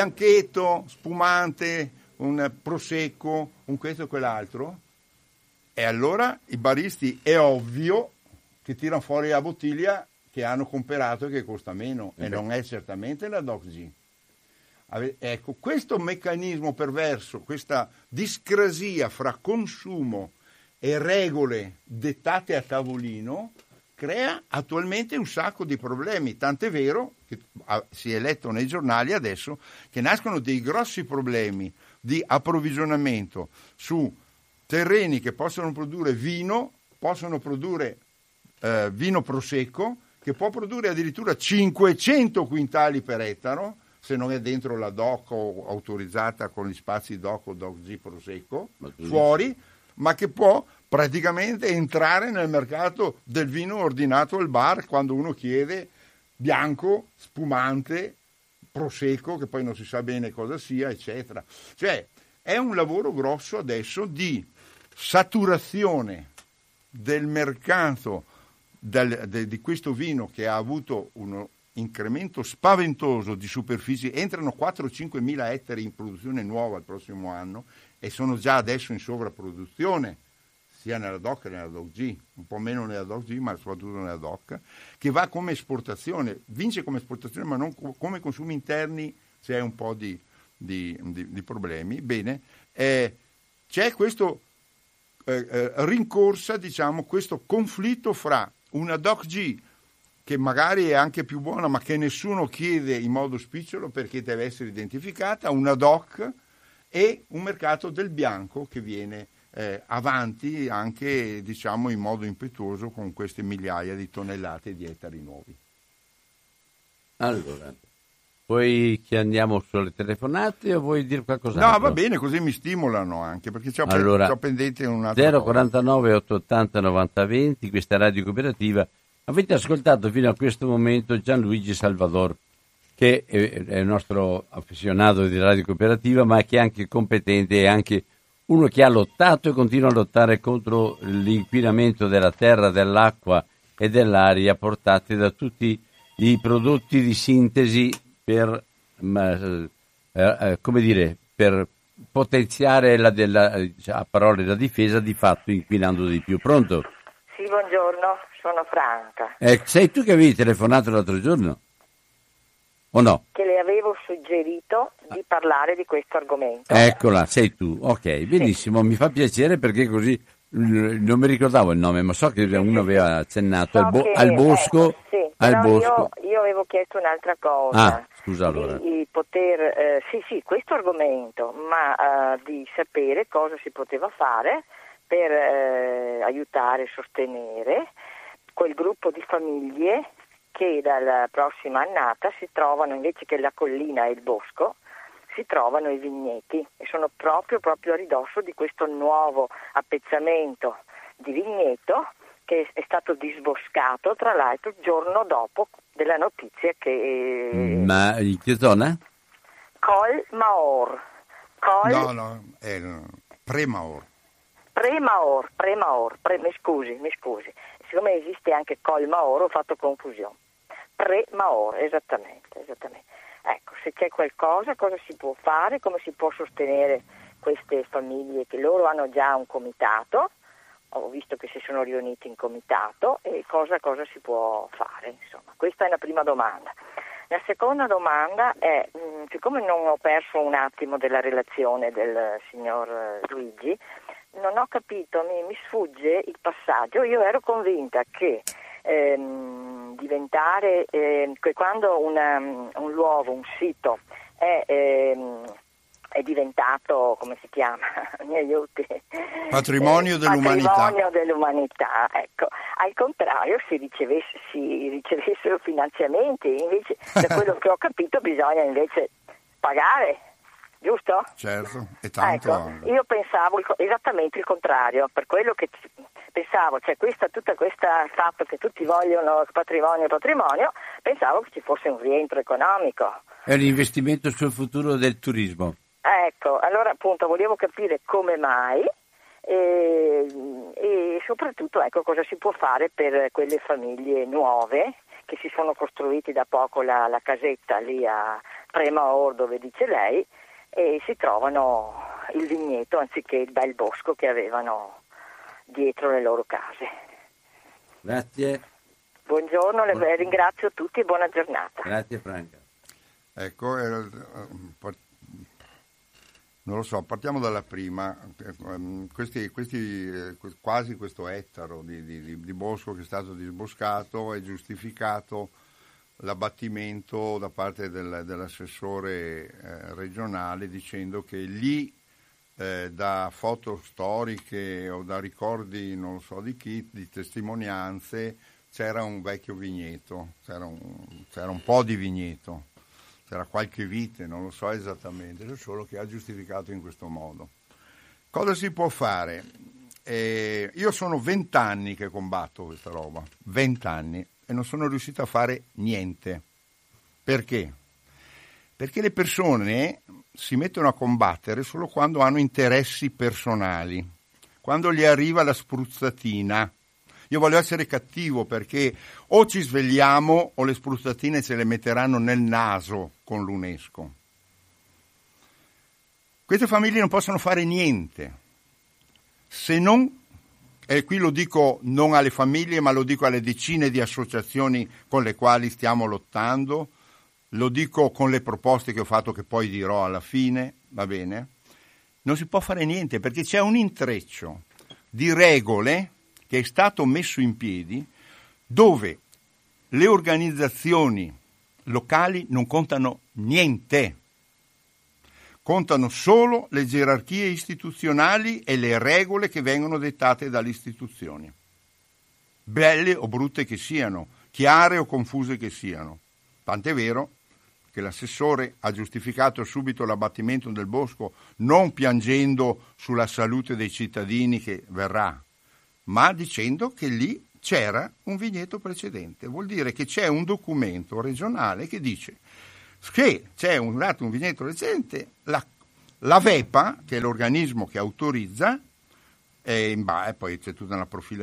bianchetto, spumante, un Prosecco, un questo e quell'altro, E allora i baristi è ovvio che tirano fuori la bottiglia che hanno comprato e che costa meno, e non è certamente la Doc G. Ecco, questo meccanismo perverso, questa discrasia fra consumo e regole dettate a tavolino crea attualmente un sacco di problemi, tant'è vero che si è letto nei giornali adesso che nascono dei grossi problemi di approvvigionamento su terreni che possono produrre vino, possono produrre vino prosecco, che può produrre addirittura 500 quintali per ettaro, se non è dentro la DOC o autorizzata con gli spazi DOC o DOC G prosecco, fuori, ma che può praticamente entrare nel mercato del vino ordinato al bar quando uno chiede bianco, spumante, prosecco, che poi non si sa bene cosa sia, eccetera. Cioè, è un lavoro grosso adesso di saturazione del mercato di questo vino, che ha avuto un incremento spaventoso di superficie. Entrano 4-5 mila ettari in produzione nuova il prossimo anno e sono già adesso in sovrapproduzione sia nella DOC che nella DOC G, un po' meno nella DOC G ma soprattutto nella DOC, che va come esportazione, vince come esportazione ma non come consumi interni, c'è un po' di problemi. Bene, c'è questo rincorsa, diciamo, questo conflitto fra una DOC G che magari è anche più buona ma che nessuno chiede in modo spicciolo perché deve essere identificata, una DOC, e un mercato del bianco che viene avanti anche, diciamo, in modo impetuoso con queste migliaia di tonnellate di ettari nuovi. Allora, poi che andiamo sulle telefonate o vuoi dire qualcos'altro? No, va bene, così mi stimolano anche, perché c'ho pendente un'altra 049 880 90 20, questa Radio Cooperativa. Avete ascoltato fino a questo momento Gianluigi Salvador, che è il nostro affezionato di Radio Cooperativa, ma che è anche competente e anche uno che ha lottato e continua a lottare contro l'inquinamento della terra, dell'acqua e dell'aria portati da tutti i prodotti di sintesi per per potenziare a parole la difesa, di fatto inquinando di più. Pronto? Sì, buongiorno, sono Franca. Sei tu che avevi telefonato l'altro giorno? O no? Che le avevo suggerito di parlare di questo argomento. Eccola, sei tu. Ok, benissimo, sì. Mi fa piacere perché così non mi ricordavo il nome, ma so che uno aveva accennato al bosco. Sì, al bosco. Io avevo chiesto un'altra cosa. Ah, scusa allora. Di poter, sì, questo argomento, ma di sapere cosa si poteva fare per aiutare e sostenere quel gruppo di famiglie che dalla prossima annata si trovano, invece che la collina e il bosco, si trovano i vigneti e sono proprio a ridosso di questo nuovo appezzamento di vigneto che è stato disboscato, tra l'altro, il giorno dopo della notizia che... Ma in che zona? Col Maor. No, è Premaor. Mi scusi. Siccome esiste anche Col Maor ho fatto confusione. Premaor, esattamente. Ecco, se c'è qualcosa, cosa si può fare, come si può sostenere queste famiglie che loro hanno già un comitato, ho visto che si sono riuniti in comitato, e cosa si può fare, insomma. Questa è la prima domanda. La seconda domanda è, siccome non ho perso un attimo della relazione del signor Luigi, non ho capito, mi sfugge il passaggio. Io ero convinta che diventare quando un luogo, un sito è diventato, come si chiama? Mi aiuti? Patrimonio dell'umanità. Patrimonio dell'umanità, ecco. Al contrario, si ricevessero finanziamenti, invece da quello che ho capito bisogna invece pagare. Giusto? Certo, e tanto. Ecco, io pensavo esattamente il contrario, per quello che pensavo, cioè tutto questo fatto che tutti vogliono patrimonio, pensavo che ci fosse un rientro economico. È un investimento sul futuro del turismo. Ecco, allora appunto volevo capire come mai e soprattutto cosa si può fare per quelle famiglie nuove che si sono costruiti da poco la casetta lì a Premaor, dove dice lei, e si trovano il vigneto anziché il bel bosco che avevano dietro le loro case. Grazie. Buongiorno, ringrazio tutti e buona giornata. Grazie Franca. Ecco, non lo so, partiamo dalla prima. Quasi questo ettaro di bosco che è stato disboscato è giustificato l'abbattimento da parte dell'assessore regionale, dicendo che lì da foto storiche o da ricordi non lo so di chi, di testimonianze, c'era un vecchio vigneto, c'era un po' di vigneto, c'era qualche vite, non lo so esattamente, è solo che ha giustificato in questo modo. Cosa si può fare? Io sono 20 anni che combatto questa roba, 20 anni, e non sono riuscito a fare niente. Perché? Perché le persone si mettono a combattere solo quando hanno interessi personali, quando gli arriva la spruzzatina. Io voglio essere cattivo perché o ci svegliamo o le spruzzatine ce le metteranno nel naso con l'UNESCO. Queste famiglie non possono fare niente, se non, e qui lo dico non alle famiglie ma lo dico alle decine di associazioni con le quali stiamo lottando, lo dico con le proposte che ho fatto che poi dirò alla fine, va bene? Non si può fare niente perché c'è un intreccio di regole che è stato messo in piedi dove le organizzazioni locali non contano niente, contano solo le gerarchie istituzionali e le regole che vengono dettate dalle istituzioni, belle o brutte che siano, chiare o confuse che siano. Tant'è vero che l'assessore ha giustificato subito l'abbattimento del bosco non piangendo sulla salute dei cittadini che verrà, ma dicendo che lì c'era un vigneto precedente. Vuol dire che c'è un documento regionale che dice che c'è un vigneto precedente, la VEPA, che è l'organismo che autorizza, e poi c'è tutta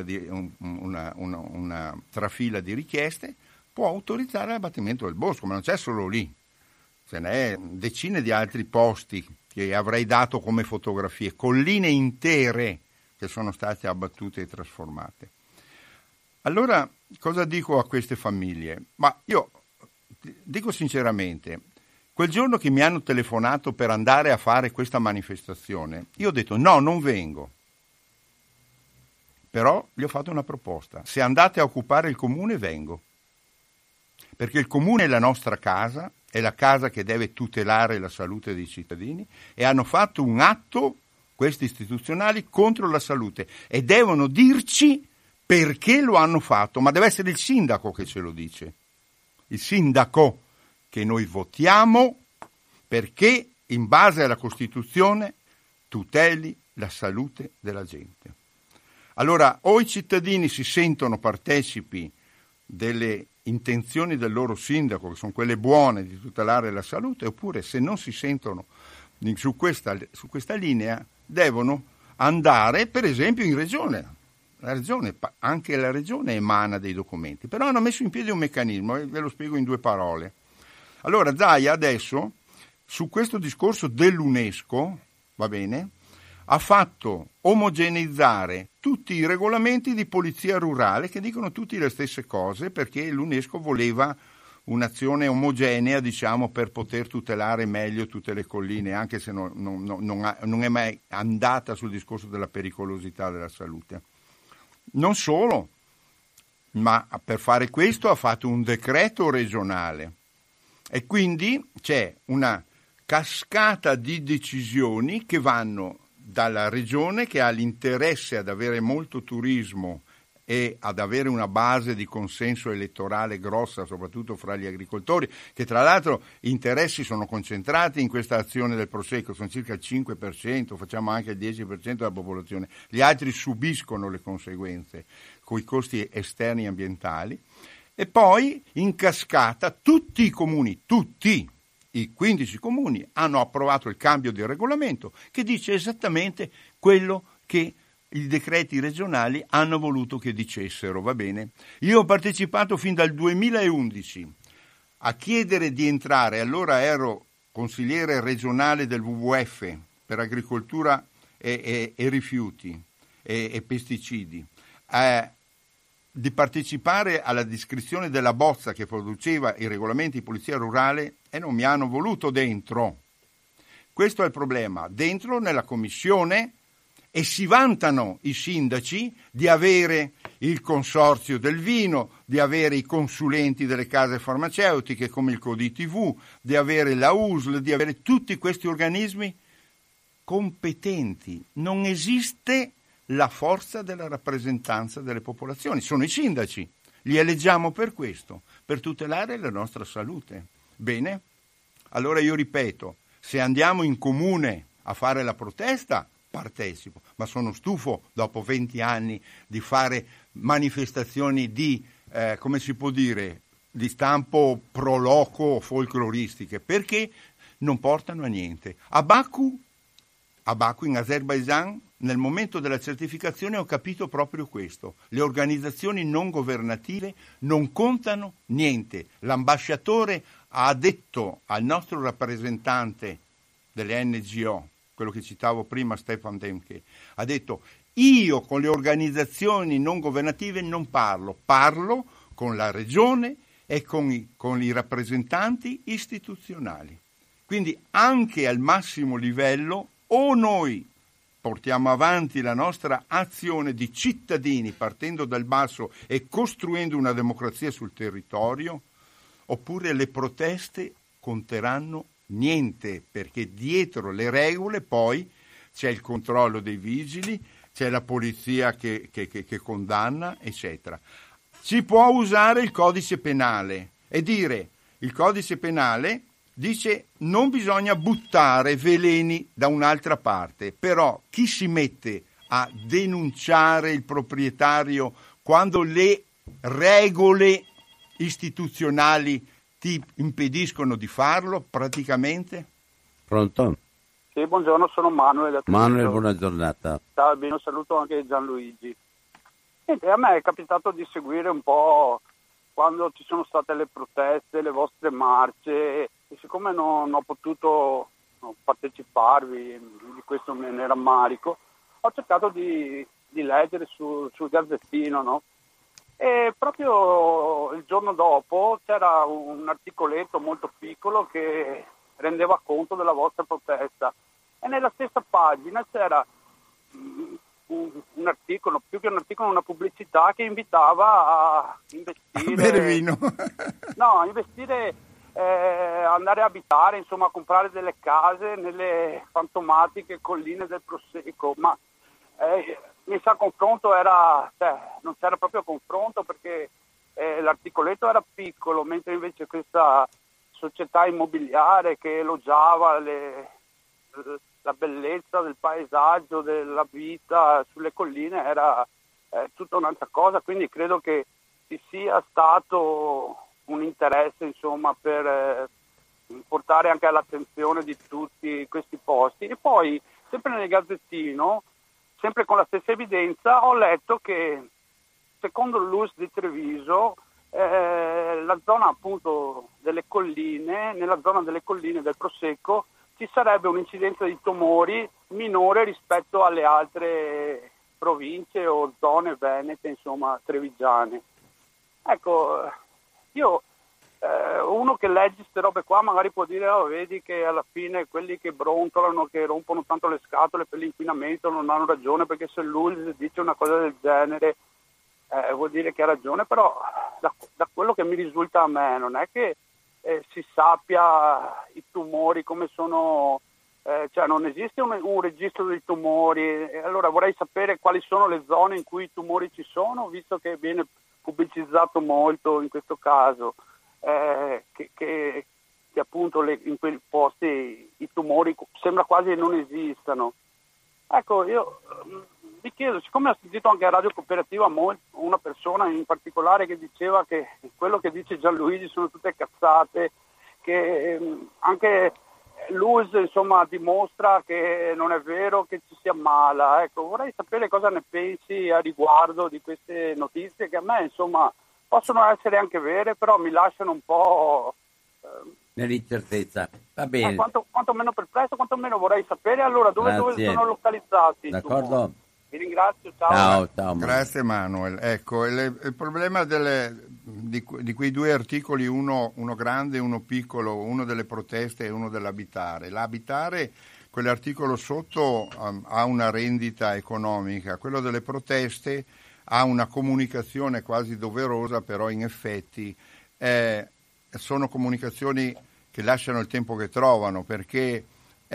una trafila di richieste, può autorizzare l'abbattimento del bosco, ma non c'è solo lì. Ce n'è decine di altri posti che avrei dato come fotografie, colline intere che sono state abbattute e trasformate. Allora, cosa dico a queste famiglie? Ma io dico sinceramente, quel giorno che mi hanno telefonato per andare a fare questa manifestazione, io ho detto no, non vengo. Però gli ho fatto una proposta. Se andate a occupare il comune, vengo. Perché il comune è la nostra casa, è la casa che deve tutelare la salute dei cittadini, e hanno fatto un atto, questi istituzionali, contro la salute, e devono dirci perché lo hanno fatto, ma deve essere il sindaco che ce lo dice. Il sindaco che noi votiamo perché in base alla Costituzione tuteli la salute della gente. Allora, o i cittadini si sentono partecipi delle intenzioni del loro sindaco, che sono quelle buone di tutelare la salute, oppure se non si sentono su questa linea, devono andare per esempio in regione. Anche la regione emana dei documenti, però hanno messo in piedi un meccanismo, e ve lo spiego in 2 parole. Allora Zaia adesso, su questo discorso dell'UNESCO, va bene, ha fatto omogeneizzare tutti i regolamenti di polizia rurale che dicono tutti le stesse cose, perché l'UNESCO voleva un'azione omogenea, diciamo, per poter tutelare meglio tutte le colline, anche se non è mai andata sul discorso della pericolosità della salute. Non solo, ma per fare questo ha fatto un decreto regionale e quindi c'è una cascata di decisioni che vanno dalla regione, che ha l'interesse ad avere molto turismo e ad avere una base di consenso elettorale grossa, soprattutto fra gli agricoltori, che tra l'altro interessi sono concentrati in questa azione del Prosecco, sono circa il 5%, facciamo anche il 10% della popolazione, gli altri subiscono le conseguenze con i costi esterni ambientali, e poi in cascata tutti i comuni, tutti i 15 comuni hanno approvato il cambio di regolamento che dice esattamente quello che i decreti regionali hanno voluto che dicessero, va bene? Io ho partecipato fin dal 2011 a chiedere di entrare, allora ero consigliere regionale del WWF per agricoltura e rifiuti, e pesticidi, di partecipare alla descrizione della bozza che produceva i regolamenti di polizia rurale e non mi hanno voluto dentro. Questo è il problema, dentro nella commissione, e si vantano i sindaci di avere il consorzio del vino, di avere i consulenti delle case farmaceutiche come il CODI-TV, di avere la USL, di avere tutti questi organismi competenti. Non esiste la forza della rappresentanza delle popolazioni, sono i sindaci, li eleggiamo per questo, per tutelare la nostra salute. Bene? Allora io ripeto, se andiamo in comune a fare la protesta, partecipo, ma sono stufo dopo 20 anni di fare manifestazioni di, come si può dire, di stampo pro loco folcloristiche, perché non portano a niente. A Baku in Azerbaijan, nel momento della certificazione ho capito proprio questo. Le organizzazioni non governative non contano niente. L'ambasciatore ha detto al nostro rappresentante delle NGO, quello che citavo prima, Stefan Demke, ha detto: io con le organizzazioni non governative non parlo con la regione e con i rappresentanti istituzionali. Quindi anche al massimo livello o noi portiamo avanti la nostra azione di cittadini partendo dal basso e costruendo una democrazia sul territorio, oppure le proteste conteranno niente, perché dietro le regole poi c'è il controllo dei vigili, c'è la polizia che condanna, eccetera. Si può usare il codice penale e dire: il codice penale dice non bisogna buttare veleni da un'altra parte, però chi si mette a denunciare il proprietario quando le regole istituzionali ti impediscono di farlo praticamente? Pronto? Sì, buongiorno, sono Manuel. Manuel, buona giornata. Ciao, bene, saluto anche Gianluigi. Niente, a me è capitato di seguire un po' quando ci sono state le proteste, le vostre marce, e siccome non ho potuto parteciparvi, di questo me ne rammarico, ho cercato di leggere sul Gazzettino, no? E proprio il giorno dopo c'era un articoletto molto piccolo che rendeva conto della vostra protesta, e nella stessa pagina c'era un articolo, più che un articolo, una pubblicità che invitava a investire, bere vino. No, investire, andare a abitare, insomma a comprare delle case nelle fantomatiche colline del Prosecco, ma mi sa confronto non c'era proprio confronto, perché l'articoletto era piccolo, mentre invece questa società immobiliare che elogiava la bellezza del paesaggio, della vita sulle colline era tutta un'altra cosa. Quindi credo che ci sia stato un interesse, insomma, per portare anche all'attenzione di tutti questi posti. E poi, sempre nel Gazzettino, sempre con la stessa evidenza, ho letto che secondo l'US di Treviso la zona appunto delle colline, nella zona delle colline del Prosecco ci sarebbe un'incidenza di tumori minore rispetto alle altre province o zone venete, insomma, trevigiane. Ecco, io uno che legge queste robe qua magari può dire: oh, vedi che alla fine quelli che brontolano, che rompono tanto le scatole per l'inquinamento non hanno ragione, perché se lui dice una cosa del genere vuol dire che ha ragione. Però da quello che mi risulta a me non è che si sappia i tumori come sono, cioè non esiste un registro dei tumori, e allora vorrei sapere quali sono le zone in cui i tumori ci sono, visto che viene pubblicizzato molto in questo caso che appunto in quei posti i tumori sembra quasi non esistano. Ecco, io vi chiedo, siccome ho sentito anche a Radio Cooperativa una persona in particolare che diceva che quello che dice Gianluigi sono tutte cazzate, che anche l'US insomma dimostra che non è vero che ci si ammala. Ecco, vorrei sapere cosa ne pensi a riguardo di queste notizie, che a me insomma possono essere anche vere, però mi lasciano un po' nell'incertezza. Va bene. Quanto meno perplesso, quanto meno vorrei sapere allora dove sono localizzati. D'accordo. Vi ringrazio, ciao. Ciao. Grazie Manuel. Ecco, il problema di quei due articoli, uno grande e uno piccolo, uno delle proteste e uno dell'abitare. L'abitare, quell'articolo sotto, ha una rendita economica, quello delle proteste ha una comunicazione quasi doverosa, però in effetti sono comunicazioni che lasciano il tempo che trovano, perché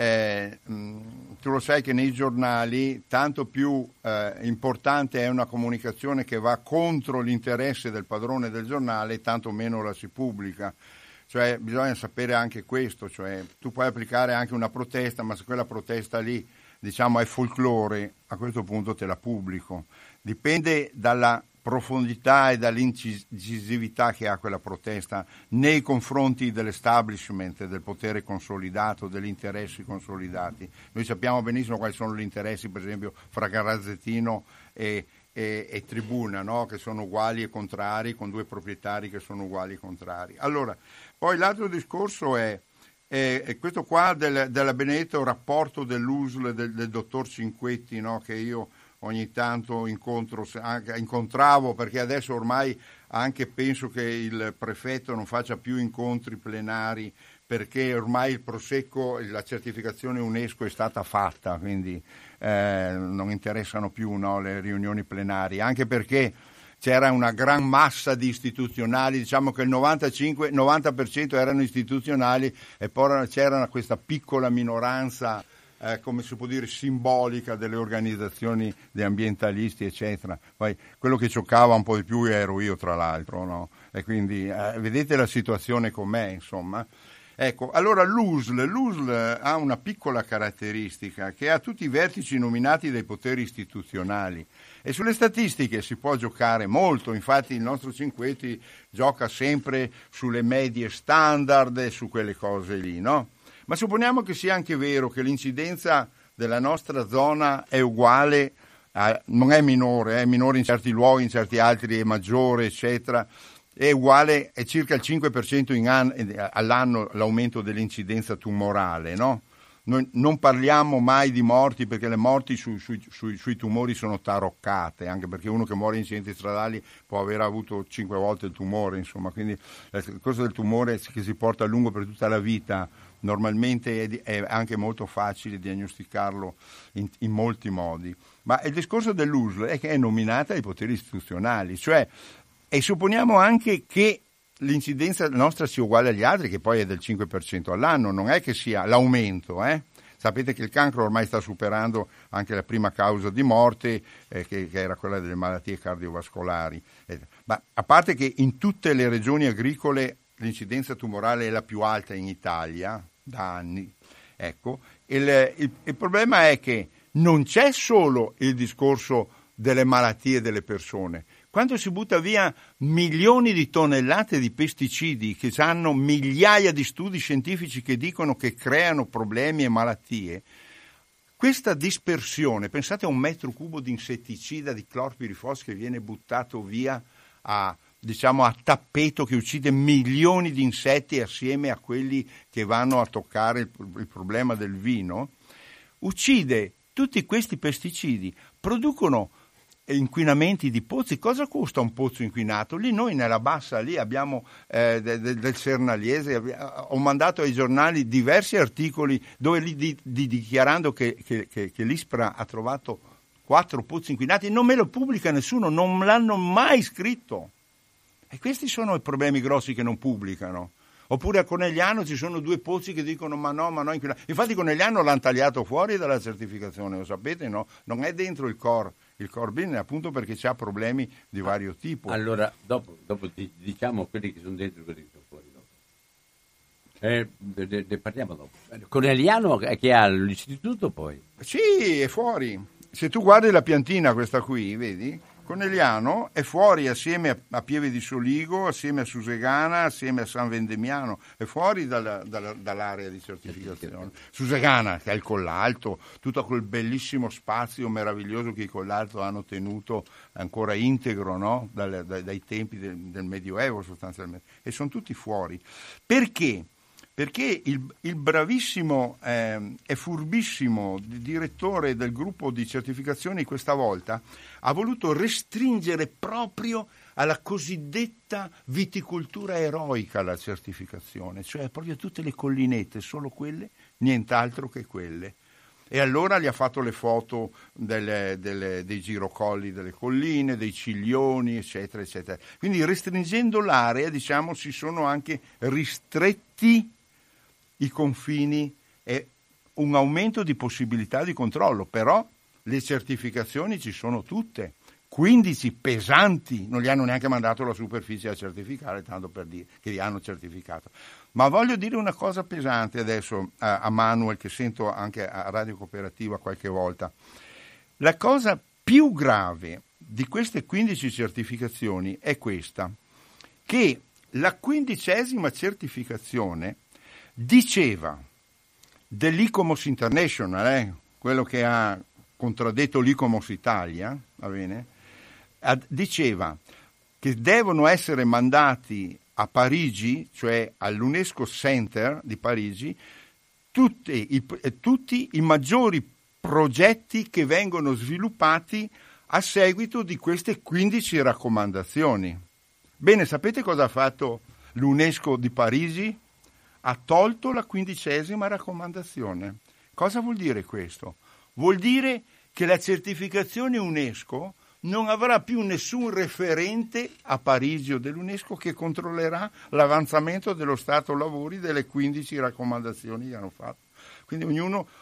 tu lo sai che nei giornali tanto più importante è una comunicazione che va contro l'interesse del padrone del giornale, tanto meno la si pubblica. Cioè bisogna sapere anche questo, cioè tu puoi applicare anche una protesta, ma se quella protesta lì, diciamo, è folklore, a questo punto te la pubblico. Dipende dalla profondità e dall'incisività che ha quella protesta nei confronti dell'establishment, del potere consolidato, degli interessi consolidati. Noi sappiamo benissimo quali sono gli interessi, per esempio, fra Garrazzettino e Tribuna, no? Che sono uguali e contrari, con due proprietari che sono uguali e contrari. Allora, poi l'altro discorso è questo qua del benedetto rapporto dell'USL del dottor Cinquetti, no? Che io ogni tanto incontravo, perché adesso ormai anche penso che il prefetto non faccia più incontri plenari, perché ormai il Prosecco, la certificazione UNESCO è stata fatta, quindi non interessano più, no, le riunioni plenarie, anche perché c'era una gran massa di istituzionali, diciamo che il 90% erano istituzionali e poi c'era questa piccola minoranza, come si può dire, simbolica delle organizzazioni di ambientalisti, eccetera. Poi quello che cioccava un po' di più ero io, tra l'altro, no? E quindi vedete la situazione com'è, insomma. Ecco, allora l'USL ha una piccola caratteristica, che ha tutti i vertici nominati dai poteri istituzionali, e sulle statistiche si può giocare molto. Infatti il nostro Cinquetti gioca sempre sulle medie standard e su quelle cose lì, no? Ma supponiamo che sia anche vero che l'incidenza della nostra zona è uguale, non è minore, è minore in certi luoghi, in certi altri è maggiore, eccetera, è uguale, è circa il 5% all'anno l'aumento dell'incidenza tumorale, no? Noi non parliamo mai di morti, perché le morti sui tumori sono taroccate, anche perché uno che muore in incidenti stradali può aver avuto 5 volte il tumore, insomma, quindi il corso del tumore che si porta a lungo per tutta la vita, normalmente è anche molto facile diagnosticarlo in molti modi. Ma il discorso dell'USL è che è nominata ai poteri istituzionali, cioè, e supponiamo anche che l'incidenza nostra sia uguale agli altri, che poi è del 5% all'anno, non è che sia l'aumento, Sapete che il cancro ormai sta superando anche la prima causa di morte, che era quella delle malattie cardiovascolari. Ma a parte che in tutte le regioni agricole l'incidenza tumorale è la più alta in Italia da anni, ecco, il problema è che non c'è solo il discorso delle malattie delle persone. Quando si butta via milioni di tonnellate di pesticidi, che hanno migliaia di studi scientifici che dicono che creano problemi e malattie, questa dispersione, pensate a 1 metro cubo di insetticida di clorpirifos che viene buttato via a tappeto, che uccide milioni di insetti assieme a quelli che vanno a toccare il problema del vino, uccide tutti questi pesticidi, producono inquinamenti di pozzi. Cosa costa un pozzo inquinato? Lì noi nella bassa lì abbiamo del Sernaliese, ho mandato ai giornali diversi articoli dove dichiarando che l'ISPRA ha trovato 4 pozzi inquinati, non me lo pubblica nessuno, non l'hanno mai scritto. E questi sono i problemi grossi che non pubblicano. Oppure a Conegliano ci sono 2 pozzi che dicono ma no, inquinati. Infatti Conegliano l'hanno tagliato fuori dalla certificazione, lo sapete, no? Non è dentro il core business, appunto perché c'ha problemi di vario tipo. Allora, dopo diciamo quelli che sono dentro e quelli che sono fuori. Ne parliamo dopo. Conegliano che ha l'istituto poi? Sì, è fuori. Se tu guardi la piantina questa qui, vedi? Conegliano è fuori assieme a Pieve di Soligo, assieme a Susegana, assieme a San Vendemiano, è fuori dall'area di certificazione. Susegana, che è il Collalto, tutto quel bellissimo spazio meraviglioso che i Collalto hanno tenuto ancora integro, no? Dai tempi del Medioevo sostanzialmente, e sono tutti fuori. Perché? perché il bravissimo e furbissimo direttore del gruppo di certificazioni questa volta ha voluto restringere proprio alla cosiddetta viticoltura eroica la certificazione, cioè proprio tutte le collinette, solo quelle, nient'altro che quelle. E allora gli ha fatto le foto dei girocolli delle colline, dei ciglioni, eccetera, eccetera. Quindi restringendo l'area, diciamo, si sono anche ristretti i confini e un aumento di possibilità di controllo, però le certificazioni ci sono tutte. 15 pesanti, non gli hanno neanche mandato la superficie a certificare, tanto per dire che li hanno certificato. Ma voglio dire una cosa pesante adesso a Manuel, che sento anche a Radio Cooperativa qualche volta. La cosa più grave di queste 15 certificazioni è questa, che la 15ª certificazione diceva dell'Icomos International, quello che ha contraddetto l'Icomos Italia, va bene? Diceva che devono essere mandati a Parigi, cioè all'UNESCO Center di Parigi, tutti i maggiori progetti che vengono sviluppati a seguito di queste 15 raccomandazioni. Bene, sapete cosa ha fatto l'UNESCO di Parigi? Ha tolto la 15ª raccomandazione. Cosa vuol dire questo? Vuol dire che la certificazione UNESCO non avrà più nessun referente a Parigi o dell'UNESCO che controllerà l'avanzamento dello stato lavori delle 15 raccomandazioni che hanno fatto. Quindi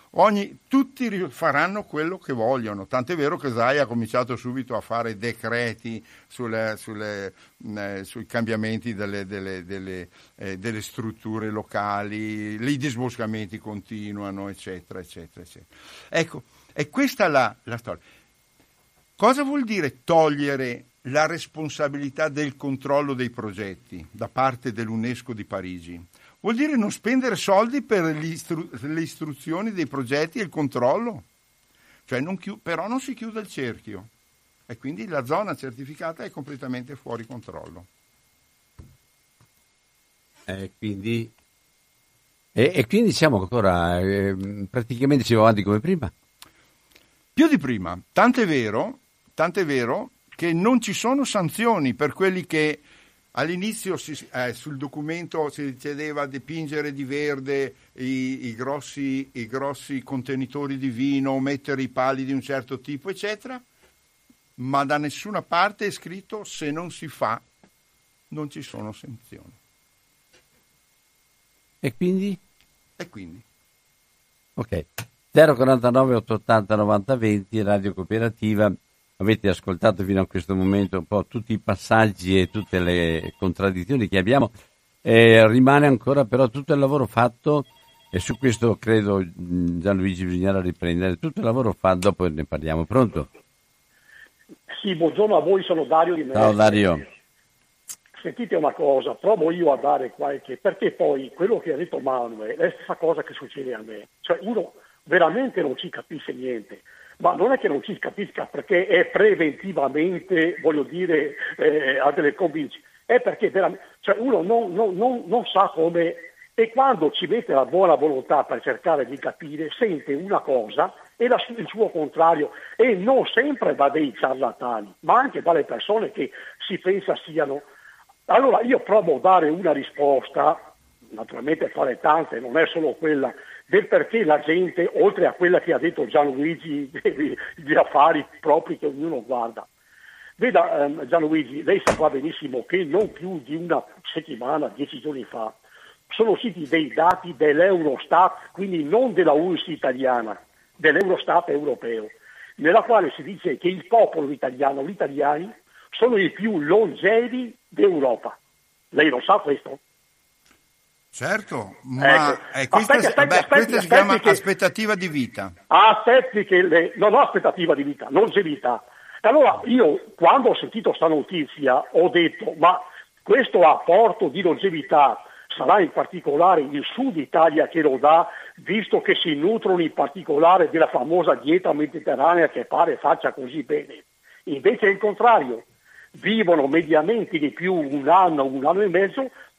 tutti faranno quello che vogliono, tant'è vero che Zaia ha cominciato subito a fare decreti sui cambiamenti delle strutture locali, i disboscamenti continuano, eccetera, eccetera, eccetera. Ecco, è questa la storia. Cosa vuol dire togliere la responsabilità del controllo dei progetti da parte dell'UNESCO di Parigi? Vuol dire non spendere soldi per le istruzioni dei progetti e il controllo, cioè però non si chiude il cerchio e quindi la zona certificata è completamente fuori controllo. Quindi siamo ancora praticamente si va avanti come prima? Più di prima, tant'è vero che non ci sono sanzioni per quelli che all'inizio sul documento si chiedeva di dipingere di verde i grossi contenitori di vino, mettere i pali di un certo tipo, eccetera, ma da nessuna parte è scritto se non si fa non ci sono sanzioni. E quindi? Ok. 049 880 90 20, Radio Cooperativa. Avete ascoltato fino a questo momento un po' tutti i passaggi e tutte le contraddizioni che abbiamo. Rimane ancora però tutto il lavoro fatto, e su questo credo Gianluigi bisognerà riprendere tutto il lavoro fatto, dopo ne parliamo. Pronto? Sì, buongiorno a voi, sono Dario di Mestre. Ciao Dario. Sentite una cosa, provo io a dare perché poi quello che ha detto Manuel è la stessa cosa che succede a me, cioè uno veramente non ci capisce niente. Ma non è che non ci capisca perché è preventivamente, voglio dire, ha delle convinzioni, è perché veramente, cioè uno non sa come, e quando ci mette la buona volontà per cercare di capire, sente una cosa e il suo contrario, e non sempre da dei ciarlatani, ma anche dalle persone che si pensa siano. Allora io provo a dare una risposta, naturalmente fare tante, non è solo quella, del perché la gente, oltre a quella che ha detto Gianluigi, gli affari propri che ognuno guarda. Veda Gianluigi, lei saprà benissimo che non più di una settimana, 10 giorni fa, sono usciti dei dati dell'Eurostat, quindi non della UNSI italiana, dell'Eurostat europeo, nella quale si dice che il popolo italiano, gli italiani, sono i più longevi d'Europa. Lei lo sa questo? Certo, ma questa si chiama aspettativa di vita. Non ho aspettativa di vita, longevità. Allora io quando ho sentito sta notizia ho detto ma questo apporto di longevità sarà in particolare il Sud Italia che lo dà, visto che si nutrono in particolare della famosa dieta mediterranea che pare faccia così bene. Invece è il contrario, vivono mediamente di più un anno e mezzo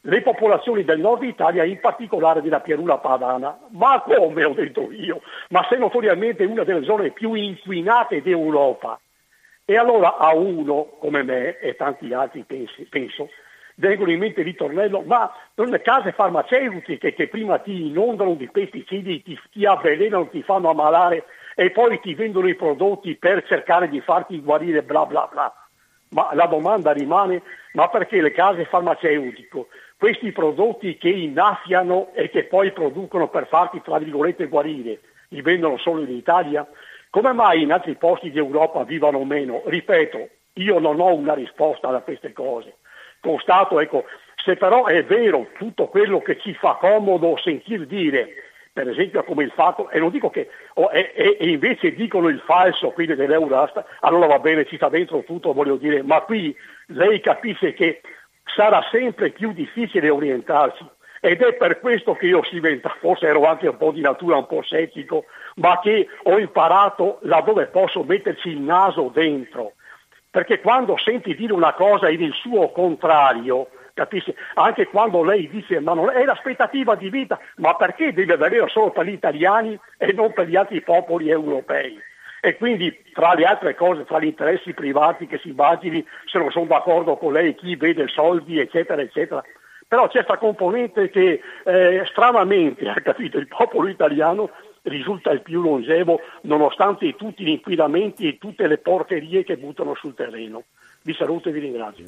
le popolazioni del nord Italia, in particolare della pianura padana. Ma come, ho detto io, ma se notoriamente una delle zone più inquinate d'Europa. E allora a uno come me e tanti altri penso vengono in mente il ritornello, ma le case farmaceutiche che prima ti inondano di pesticidi, ti avvelenano, ti fanno ammalare e poi ti vendono i prodotti per cercare di farti guarire, bla bla bla. Ma la domanda rimane, ma perché le case farmaceutiche, questi prodotti che innaffiano e che poi producono per farti, tra virgolette, guarire, li vendono solo in Italia? Come mai in altri posti di Europa vivono meno? Ripeto, io non ho una risposta da queste cose. Constato, ecco, se però è vero tutto quello che ci fa comodo sentir dire, per esempio come il fatto, e non dico che, e invece dicono il falso, quindi dell'Eurostat, allora va bene, ci sta dentro tutto, voglio dire, ma qui lei capisce che sarà sempre più difficile orientarsi. Ed è per questo che io forse ero anche un po' di natura un po' scettico, ma che ho imparato laddove posso metterci il naso dentro. Perché quando senti dire una cosa ed il suo contrario, capisci? Anche quando lei dice ma non è l'aspettativa di vita, ma perché deve valere solo per gli italiani e non per gli altri popoli europei? E quindi tra le altre cose, tra gli interessi privati che si immagini, se non sono d'accordo con lei, chi vede soldi, eccetera, eccetera. Però c'è questa componente che stranamente, ha capito, il popolo italiano risulta il più longevo nonostante tutti gli inquinamenti e tutte le porcherie che buttano sul terreno. Vi saluto e vi ringrazio.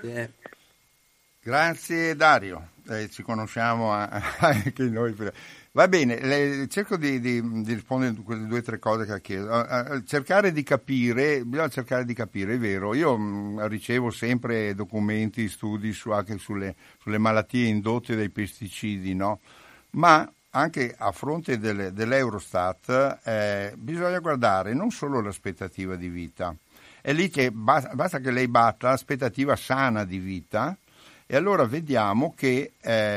Grazie Dario, ci conosciamo anche noi. Va bene, cerco di rispondere a quelle 2 o 3 cose che ha chiesto. Bisogna cercare di capire, è vero, io ricevo sempre documenti, studi anche sulle malattie indotte dai pesticidi, no? Ma anche a fronte dell'Eurostat bisogna guardare non solo l'aspettativa di vita, è lì che basta che lei batta l'aspettativa sana di vita e allora vediamo che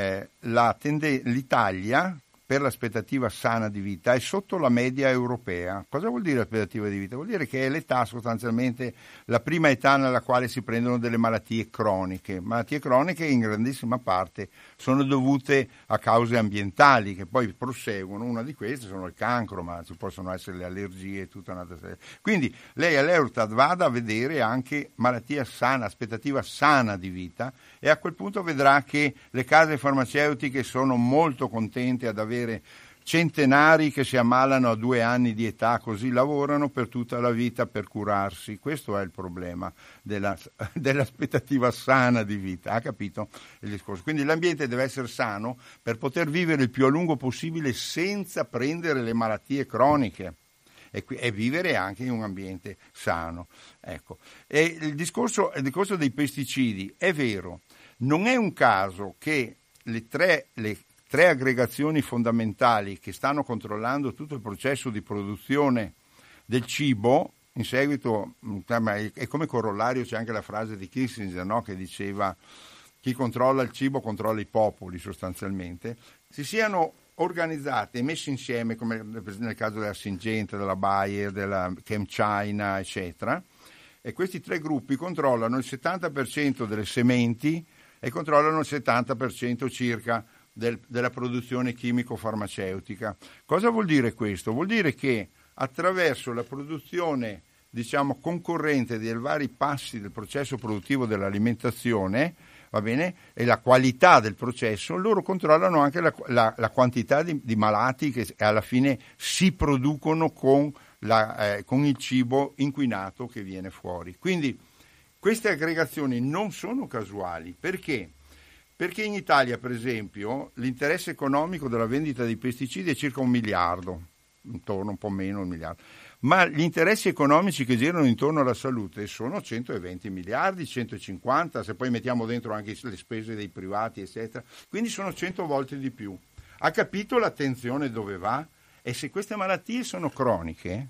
l'Italia per l'aspettativa sana di vita è sotto la media europea. Cosa vuol dire aspettativa di vita? Vuol dire che è l'età sostanzialmente, la prima età nella quale si prendono delle malattie croniche. Malattie croniche in grandissima parte sono dovute a cause ambientali che poi proseguono. Una di queste sono il cancro, ma ci possono essere le allergie e tutta un'altra serie. Quindi lei all'Eurostat vada a vedere anche malattia sana, aspettativa sana di vita e a quel punto vedrà che le case farmaceutiche sono molto contente ad avere centenari che si ammalano a 2 anni di età, così lavorano per tutta la vita per curarsi. Questo è il problema dell'aspettativa sana di vita, ha capito il discorso? Quindi l'ambiente deve essere sano per poter vivere il più a lungo possibile senza prendere le malattie croniche e vivere anche in un ambiente sano. Ecco. E il discorso dei pesticidi è vero, non è un caso che le tre aggregazioni fondamentali che stanno controllando tutto il processo di produzione del cibo, in seguito, e come corollario c'è anche la frase di Kissinger, no? Che diceva chi controlla il cibo controlla i popoli sostanzialmente, si siano organizzate e messe insieme, come nel caso della Syngenta, della Bayer, della ChemChina, eccetera, e questi 3 gruppi controllano il 70% delle sementi e controllano il 70% circa della produzione chimico-farmaceutica. Cosa vuol dire questo? Vuol dire che attraverso la produzione, concorrente dei vari passi del processo produttivo dell'alimentazione, va bene, e la qualità del processo, loro controllano anche la quantità di malati che alla fine si producono con il cibo inquinato che viene fuori. Quindi queste aggregazioni non sono casuali. Perché? Perché in Italia, per esempio, l'interesse economico della vendita di pesticidi è circa 1 miliardo, intorno un po' meno 1 miliardo, ma gli interessi economici che girano intorno alla salute sono 120 miliardi, 150, se poi mettiamo dentro anche le spese dei privati, eccetera, quindi sono 100 volte di più. Ha capito l'attenzione dove va? E se queste malattie sono croniche,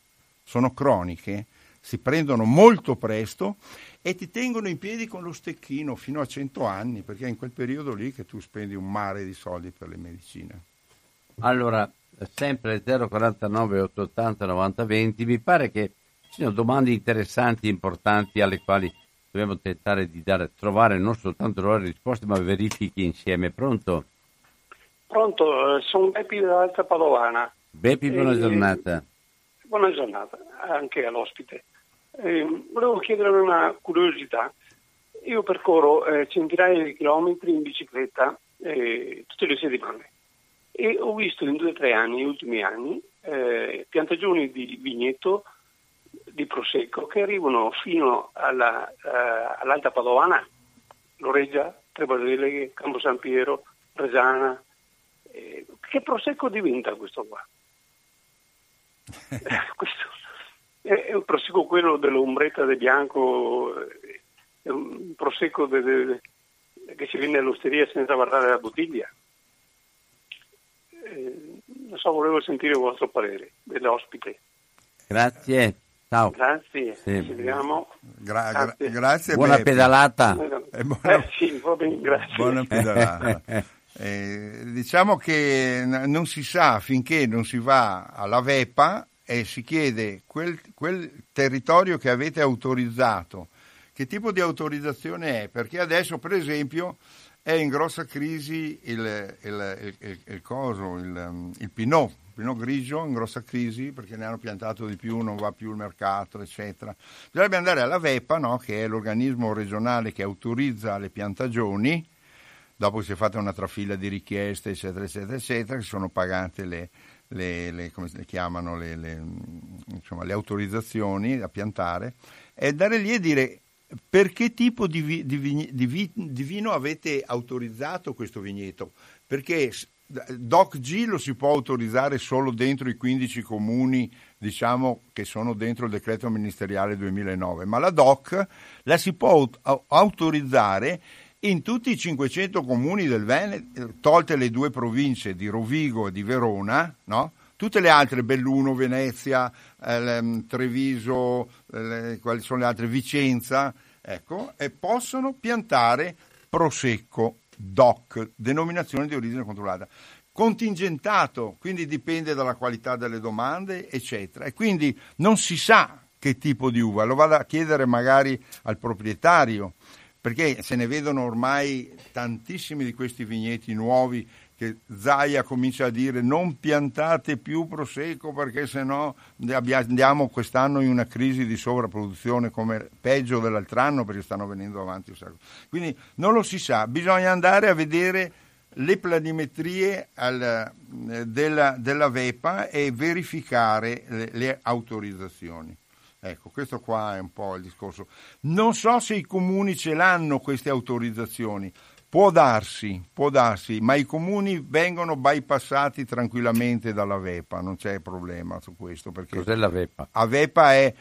si prendono molto presto e ti tengono in piedi con lo stecchino fino a 100 anni, perché è in quel periodo lì che tu spendi un mare di soldi per le medicine. Allora, sempre 049 880 90 20, mi pare che ci siano domande interessanti, importanti, alle quali dobbiamo tentare di trovare non soltanto le risposte, ma verifiche insieme. Pronto? Pronto, sono Beppi dell'Alta Padovana. Beppi, buona giornata. Buona giornata, anche all'ospite. Volevo chiedere una curiosità. Io percorro centinaia di chilometri in bicicletta tutte le settimane e ho visto in 2 o 3 anni, negli ultimi anni, piantagioni di vigneto, di prosecco che arrivano fino all'Alta Padovana, Loreggia, Trebaseleghe, Campo San Piero, Resana. Che prosecco diventa questo qua? Questo è un prosecco, quello dell'ombretta del bianco, è un prosecco che si vende all'osteria senza guardare la bottiglia. Non so, volevo sentire il vostro parere dell'ospite. Grazie. Ciao. Grazie, sì. Ci vediamo. Grazie. Buona Beppi. pedalata. Sì, va bene, grazie. Buona pedalata. Diciamo che non si sa finché non si va alla Vepa e si chiede quel territorio che avete autorizzato, che tipo di autorizzazione è, perché adesso per esempio è in grossa crisi il Pinot grigio, in grossa crisi perché ne hanno piantato di più, non va più il mercato, eccetera. Bisognerebbe andare alla Vepa, no? Che è l'organismo regionale che autorizza le piantagioni, dopo si è fatta una trafila di richieste, eccetera, eccetera, eccetera, che sono pagate le come si chiamano, insomma, le autorizzazioni a piantare, e andare lì e dire per che tipo di vino avete autorizzato questo vigneto, perché DOC G lo si può autorizzare solo dentro i 15 comuni, diciamo, che sono dentro il decreto ministeriale 2009, ma la DOC la si può autorizzare in tutti i 500 comuni del Veneto, tolte le 2 province di Rovigo e di Verona, no? Tutte le altre, Belluno, Venezia, Treviso, quali sono le altre, Vicenza, ecco, e possono piantare prosecco DOC, denominazione di origine controllata, contingentato, quindi dipende dalla qualità delle domande, eccetera, e quindi non si sa che tipo di uva, lo vado a chiedere magari al proprietario, perché se ne vedono ormai tantissimi di questi vigneti nuovi che Zaia comincia a dire non piantate più prosecco perché sennò andiamo quest'anno in una crisi di sovrapproduzione come peggio dell'altro anno, perché stanno venendo avanti un sacco. Quindi non lo si sa, bisogna andare a vedere le planimetrie della Vepa e verificare le autorizzazioni. Ecco, questo qua è un po' il discorso. Non so se i comuni ce l'hanno queste autorizzazioni, può darsi, ma i comuni vengono bypassati tranquillamente dalla Vepa, non c'è problema su questo. Perché cos'è la Vepa? La Vepa è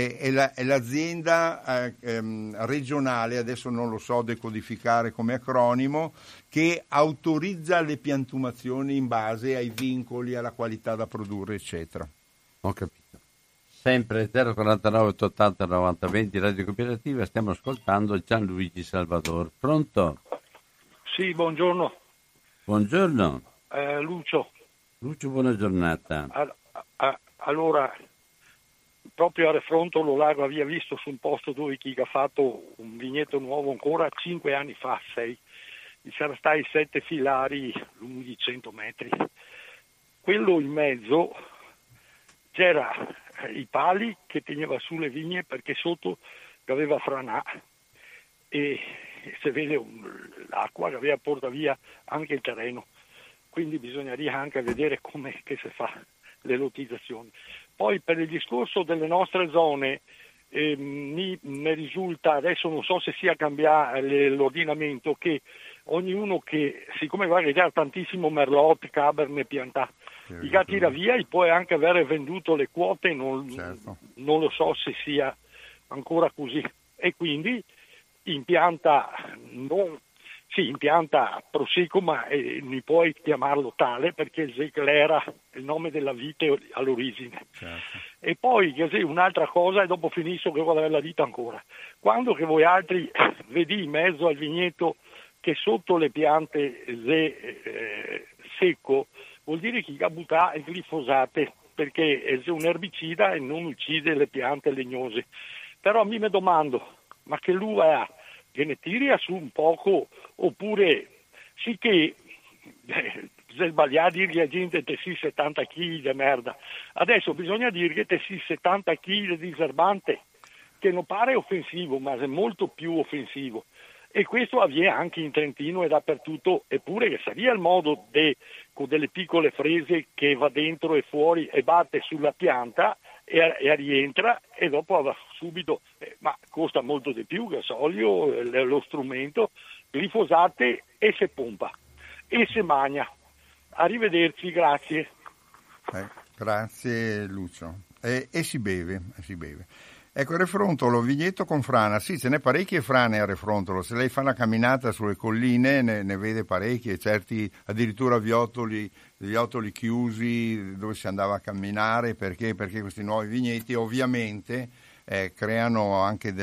l'azienda regionale, adesso non lo so decodificare come acronimo, che autorizza le piantumazioni in base ai vincoli, alla qualità da produrre, eccetera. Ho capito. Sempre 049 880 90 20 Radio Cooperativa, stiamo ascoltando Gianluigi Salvador. Pronto? Sì, buongiorno. Buongiorno. Lucio. Lucio, buona giornata. Allora, proprio a Refronto lo Lago aveva visto su un posto dove chi ha fatto un vigneto nuovo ancora 5 anni fa, 6. C'erano stati 7 filari lunghi 100 metri. Quello in mezzo c'era i pali che teneva su le vigne perché sotto aveva franà e si vede l'acqua che aveva porta via anche il terreno, quindi bisogneria anche vedere come che si fa le lottizzazioni. Poi per il discorso delle nostre zone mi risulta, adesso non so se sia cambiato l'ordinamento, che ognuno che, siccome va a regalare tantissimo Merlot, Cabernet, Piantà, i gatti da via e puoi anche avere venduto le quote, non lo so se sia ancora così, e quindi impianta prosecco, ma non puoi chiamarlo tale perché il Zegler è il nome della vite all'origine. Certo. E poi un'altra cosa, e dopo finisco che vado la vita ancora, quando che voi altri vedi in mezzo al vigneto che sotto le piante secco, vuol dire che Gabutà è glifosate, perché è un erbicida e non uccide le piante legnose. Però mi domando, ma che lui che ne tiri su un poco, oppure sì che se sbagliare a dire a gente che si 70 kg di merda, adesso bisogna dire che te si 70 kg di diserbante, che non pare offensivo, ma è molto più offensivo. E questo avviene anche in Trentino e dappertutto, eppure che sarebbe il modo con delle piccole frese che va dentro e fuori e batte sulla pianta e rientra e dopo va subito, ma costa molto di più, gasolio, lo strumento, glifosate e se pompa e se magna. Arrivederci, grazie. Grazie Lucio. E si beve. Ecco, Refrontolo, vigneto con frana. Sì, ce n'è parecchie frane a Refrontolo. Se lei fa una camminata sulle colline ne vede parecchie, certi addirittura viottoli chiusi dove si andava a camminare. Perché questi nuovi vigneti ovviamente creano anche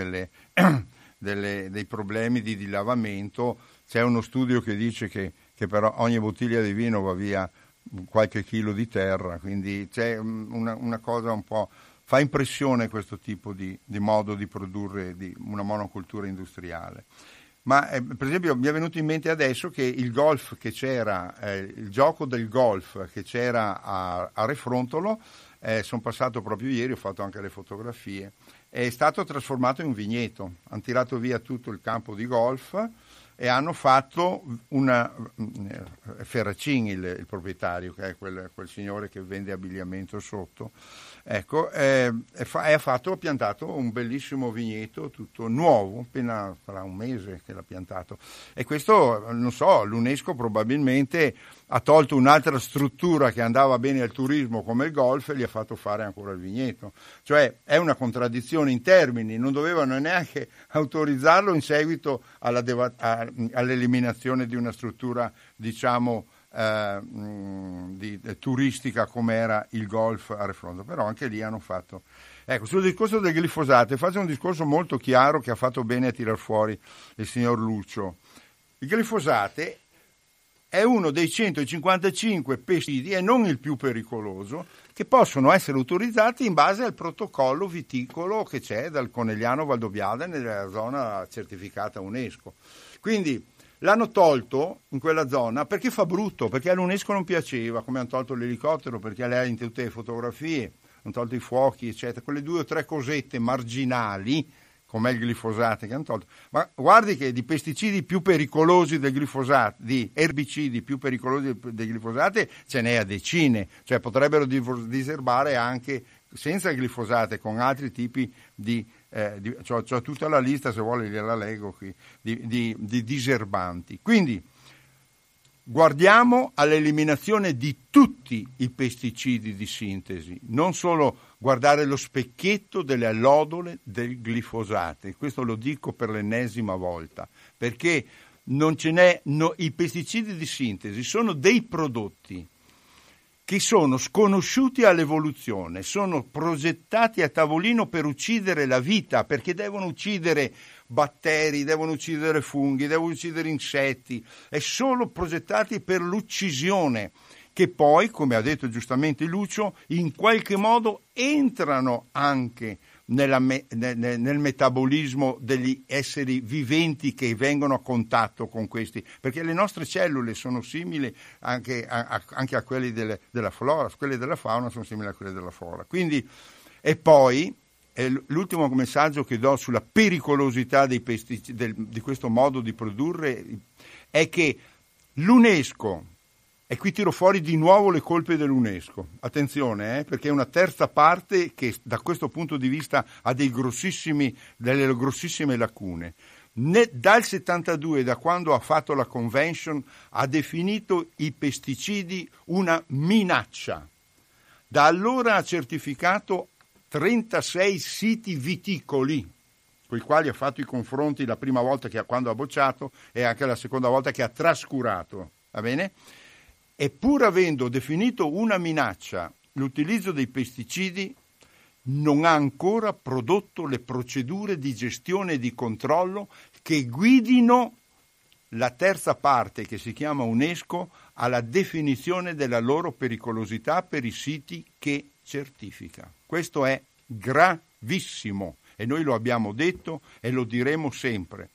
dei problemi di dilavamento. C'è uno studio che dice che però ogni bottiglia di vino va via qualche chilo di terra, quindi c'è una cosa un po'... Fa impressione questo tipo di modo di produrre di una monocultura industriale. Ma per esempio mi è venuto in mente adesso che il golf che c'era, il gioco del golf che c'era a Refrontolo, sono passato proprio ieri, ho fatto anche le fotografie, è stato trasformato in un vigneto. Hanno tirato via tutto il campo di golf e hanno fatto Ferracin, il proprietario, che è quel signore che vende abbigliamento sotto, ecco, ha piantato un bellissimo vigneto tutto nuovo, appena farà un mese che l'ha piantato. E questo, non so, l'UNESCO probabilmente ha tolto un'altra struttura che andava bene al turismo come il golf e gli ha fatto fare ancora il vigneto. Cioè è una contraddizione in termini, non dovevano neanche autorizzarlo in seguito all'eliminazione di una struttura, diciamo, turistica come era il golf a Refrontolo, però anche lì hanno fatto. Ecco, sul discorso del glifosato faccio un discorso molto chiaro che ha fatto bene a tirar fuori il signor Lucio. Il glifosate è uno dei 155 pesticidi e non il più pericoloso che possono essere autorizzati in base al protocollo viticolo che c'è dal Conegliano Valdobbiadene nella zona certificata UNESCO. Quindi l'hanno tolto in quella zona perché fa brutto, perché all'UNESCO non piaceva, come hanno tolto l'elicottero, perché lei in tutte le fotografie, hanno tolto i fuochi, eccetera, quelle 2 o 3 cosette marginali, come il glifosato che hanno tolto. Ma guardi che di pesticidi più pericolosi del glifosato, di erbicidi più pericolosi del glifosato, ce n'è a decine, cioè potrebbero diserbare anche senza il glifosato, con altri tipi c'ho tutta la lista, se vuole gliela leggo qui, di diserbanti. Quindi guardiamo all'eliminazione di tutti i pesticidi di sintesi, non solo guardare lo specchietto delle allodole del glifosato. Questo lo dico per l'ennesima volta, perché i pesticidi di sintesi sono dei prodotti che sono sconosciuti all'evoluzione, sono progettati a tavolino per uccidere la vita, perché devono uccidere batteri, devono uccidere funghi, devono uccidere insetti, è solo progettati per l'uccisione, che poi, come ha detto giustamente Lucio, in qualche modo entrano anche nel metabolismo degli esseri viventi che vengono a contatto con questi, perché le nostre cellule sono simili anche a quelle della flora, quelle della fauna sono simili a quelle della flora. Quindi, e poi l'ultimo messaggio che do sulla pericolosità dei pesticidi, di questo modo di produrre, è che l'UNESCO, e qui tiro fuori di nuovo le colpe dell'UNESCO, attenzione, perché è una terza parte che da questo punto di vista ha delle grossissime lacune. Dal 72, da quando ha fatto la convention, ha definito i pesticidi una minaccia. Da allora ha certificato 36 siti viticoli, con i quali ha fatto i confronti la prima volta quando ha bocciato e anche la seconda volta che ha trascurato, va bene? E pur avendo definito una minaccia l'utilizzo dei pesticidi, non ha ancora prodotto le procedure di gestione e di controllo che guidino la terza parte, che si chiama UNESCO, alla definizione della loro pericolosità per i siti che certifica. Questo è gravissimo e noi lo abbiamo detto e lo diremo sempre.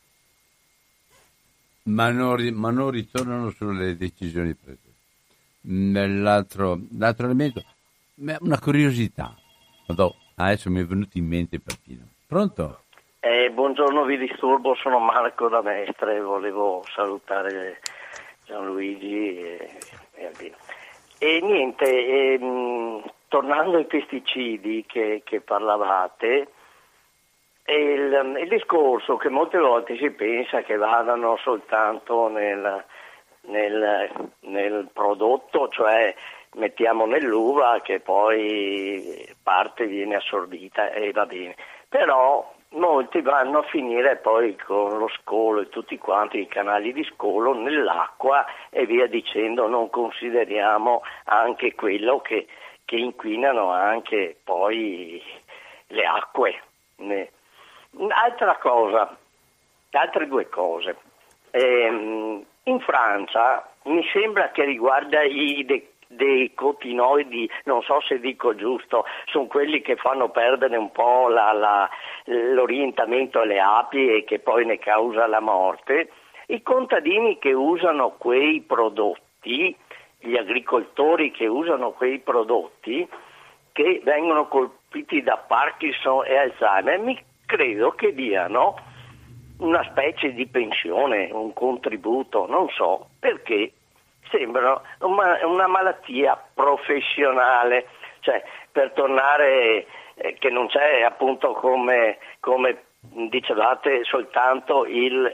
Ma non ritornano sulle decisioni prese. L'altro elemento, una curiosità. Adesso mi è venuto in mente perfino. Pronto? Buongiorno, vi disturbo, sono Marco da Mestre, volevo salutare Gianluigi e Albino. E niente, tornando ai pesticidi che parlavate, il discorso che molte volte si pensa che vadano soltanto nel prodotto, cioè mettiamo nell'uva che poi parte viene assorbita e va bene, però molti vanno a finire poi con lo scolo e tutti quanti i canali di scolo nell'acqua e via dicendo, non consideriamo anche quello che inquinano anche poi le acque. Altre due cose. In Francia mi sembra che riguarda dei cotinoidi, non so se dico giusto, sono quelli che fanno perdere un po' l'orientamento alle api e che poi ne causa la morte. I contadini che usano quei prodotti, gli agricoltori che usano quei prodotti, che vengono colpiti da Parkinson e Alzheimer, mi credo che diano una specie di pensione, un contributo, non so, perché sembra una malattia professionale, cioè per tornare che non c'è appunto come dicevate soltanto il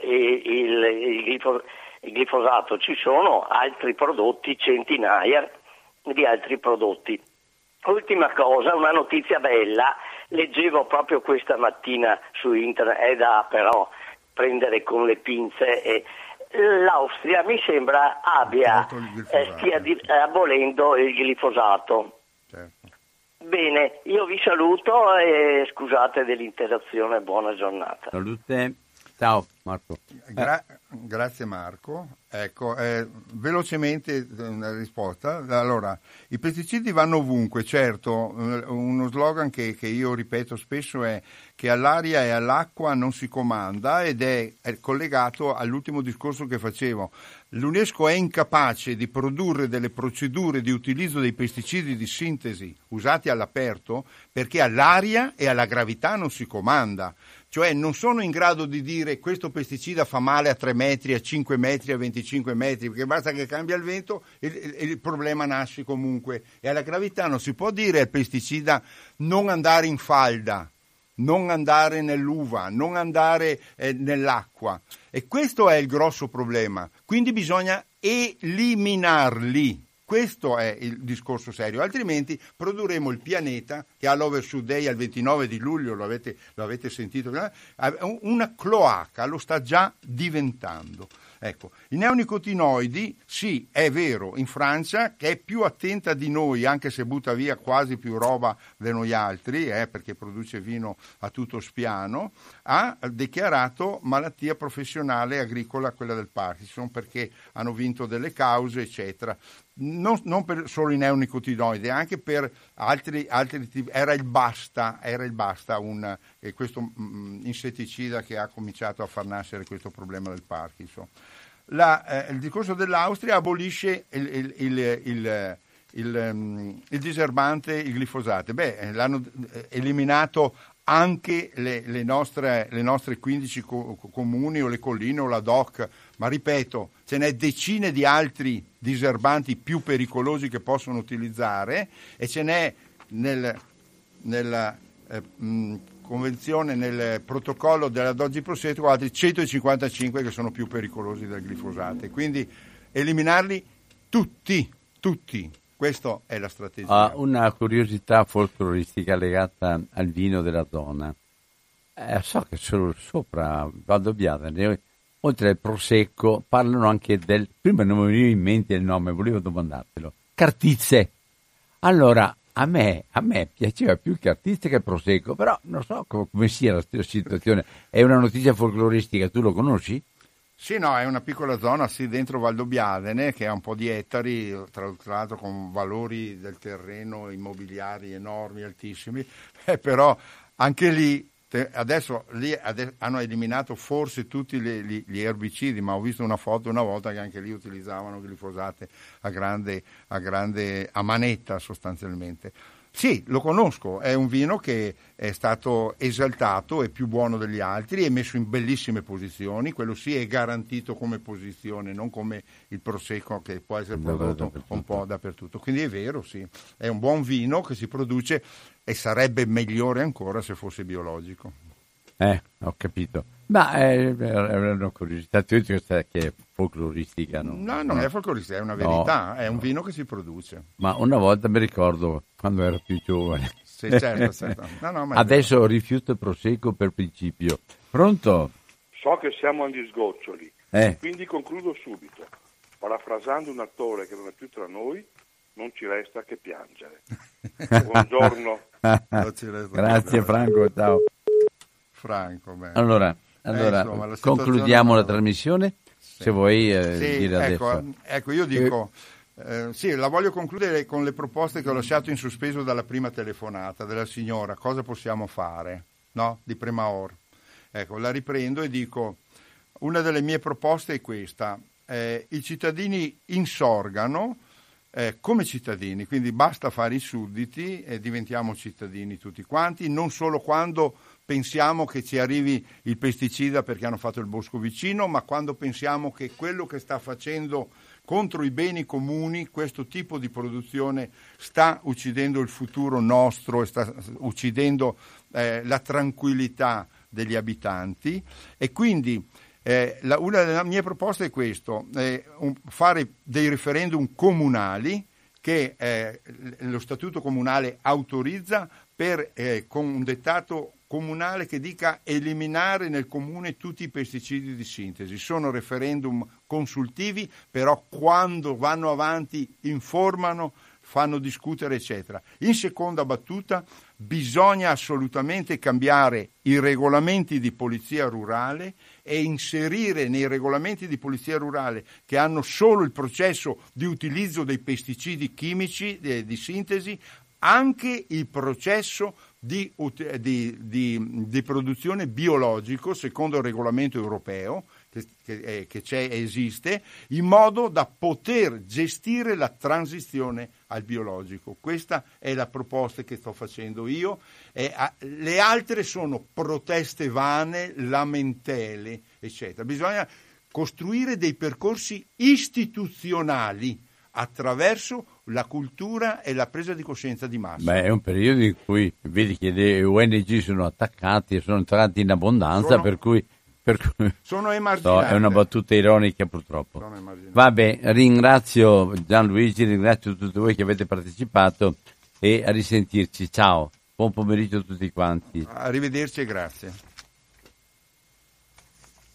glifosato, ci sono altri prodotti, centinaia di altri prodotti. Ultima cosa, una notizia bella, leggevo proprio questa mattina su internet, è da però prendere con le pinze, e l'Austria mi sembra stia abolendo il glifosato. Certo. Bene, io vi saluto e scusate dell'interazione, buona giornata. Salute, ciao Marco. Grazie Marco. Ecco, velocemente una risposta. Allora, i pesticidi vanno ovunque, certo, uno slogan che io ripeto spesso è che all'aria e all'acqua non si comanda, ed è collegato all'ultimo discorso che facevo. L'UNESCO è incapace di produrre delle procedure di utilizzo dei pesticidi di sintesi usati all'aperto perché all'aria e alla gravità non si comanda. Cioè non sono in grado di dire questo pesticida fa male a 3 metri, a 5 metri, a 25 metri, perché basta che cambia il vento e il problema nasce comunque. E alla gravità non si può dire al pesticida non andare in falda, non andare nell'uva, non andare nell'acqua. E questo è il grosso problema. Quindi bisogna eliminarli. Questo è il discorso serio, altrimenti produrremo il pianeta che ha l'Overshoot Day al 29 di luglio, lo avete sentito, una cloaca, lo sta già diventando. Ecco, i neonicotinoidi, sì, è vero, in Francia, che è più attenta di noi, anche se butta via quasi più roba di noi altri, perché produce vino a tutto spiano, ha dichiarato malattia professionale agricola, quella del Parkinson, perché hanno vinto delle cause, eccetera. Non per solo i neonicotinoidi, anche per altri tipi. Era il Basta, questo insetticida che ha cominciato a far nascere questo problema del Parkinson. Il discorso dell'Austria abolisce il diserbante, il glifosato. L'hanno eliminato anche le nostre 15 comuni o le colline o la DOC, ma ripeto, ce n'è decine di altri diserbanti più pericolosi che possono utilizzare, e ce n'è nella convenzione, nel protocollo della Doggi Prosecco, altri 155 che sono più pericolosi del glifosato. Quindi eliminarli tutti. Questa è la strategia. Una curiosità folcloristica legata al vino della zona. So che sopra Valdobbiadene, oltre al Prosecco, parlano anche prima non mi veniva in mente il nome, volevo domandartelo. Cartizze. Allora, a me piaceva più Cartizze che Prosecco, però non so come sia la situazione. È una notizia folcloristica, tu lo conosci? Sì, no, è una piccola zona, sì, dentro Valdobbiadene, che ha un po' di ettari, tra l'altro con valori del terreno immobiliari enormi, altissimi, però anche lì Adesso hanno eliminato forse tutti gli erbicidi, ma ho visto una foto una volta che anche lì utilizzavano glifosate a manetta sostanzialmente. Sì, lo conosco, è un vino che è stato esaltato, è più buono degli altri, è messo in bellissime posizioni, quello sì è garantito come posizione, non come il Prosecco che può essere prodotto un po' dappertutto. Quindi è vero, sì, è un buon vino che si produce e sarebbe migliore ancora se fosse biologico. Ho capito. Ma è una curiosità, tu dici che è folcloristica, no? No, non è folcloristica, è una verità, è un vino che si produce. Ma una volta mi ricordo, quando ero più giovane. Sì, certo. No, ma adesso rifiuto il Prosecco per principio. Pronto? So che siamo agli sgoccioli, quindi concludo subito. Parafrasando un attore che non è più tra noi, non ci resta che piangere. Buongiorno. Grazie Franco, ciao. Franco, bene. Allora insomma, concludiamo la trasmissione, se vuoi dire adesso. Ecco, io dico, la voglio concludere con le proposte che ho lasciato in sospeso dalla prima telefonata della signora, cosa possiamo fare, no? Di prima ora. Ecco, la riprendo e dico, una delle mie proposte è questa, i cittadini insorgano come cittadini, quindi basta fare i sudditi e diventiamo cittadini tutti quanti, non solo quando pensiamo che ci arrivi il pesticida perché hanno fatto il bosco vicino, ma quando pensiamo che quello che sta facendo contro i beni comuni, questo tipo di produzione sta uccidendo il futuro nostro e sta uccidendo la tranquillità degli abitanti e quindi una delle mie proposte è questo, fare dei referendum comunali che lo statuto comunale autorizza con un dettato comunale che dica eliminare nel comune tutti i pesticidi di sintesi. Sono referendum consultivi, però quando vanno avanti informano, fanno discutere, eccetera. In seconda battuta bisogna assolutamente cambiare i regolamenti di polizia rurale e inserire nei regolamenti di polizia rurale che hanno solo il processo di utilizzo dei pesticidi chimici di sintesi anche il processo di produzione biologico secondo il regolamento europeo che esiste, in modo da poter gestire la transizione al biologico. Questa è la proposta che sto facendo io. Le altre sono proteste vane, lamentele, eccetera. Bisogna costruire dei percorsi istituzionali attraverso la cultura e la presa di coscienza di massa. Beh, è un periodo in cui vedi che le ONG sono attaccati e sono entrati in abbondanza, per cui sono emarginati. È una battuta ironica purtroppo. Vabbè, ringrazio Gianluigi, ringrazio tutti voi che avete partecipato e a risentirci. Ciao, buon pomeriggio a tutti quanti. Arrivederci e grazie.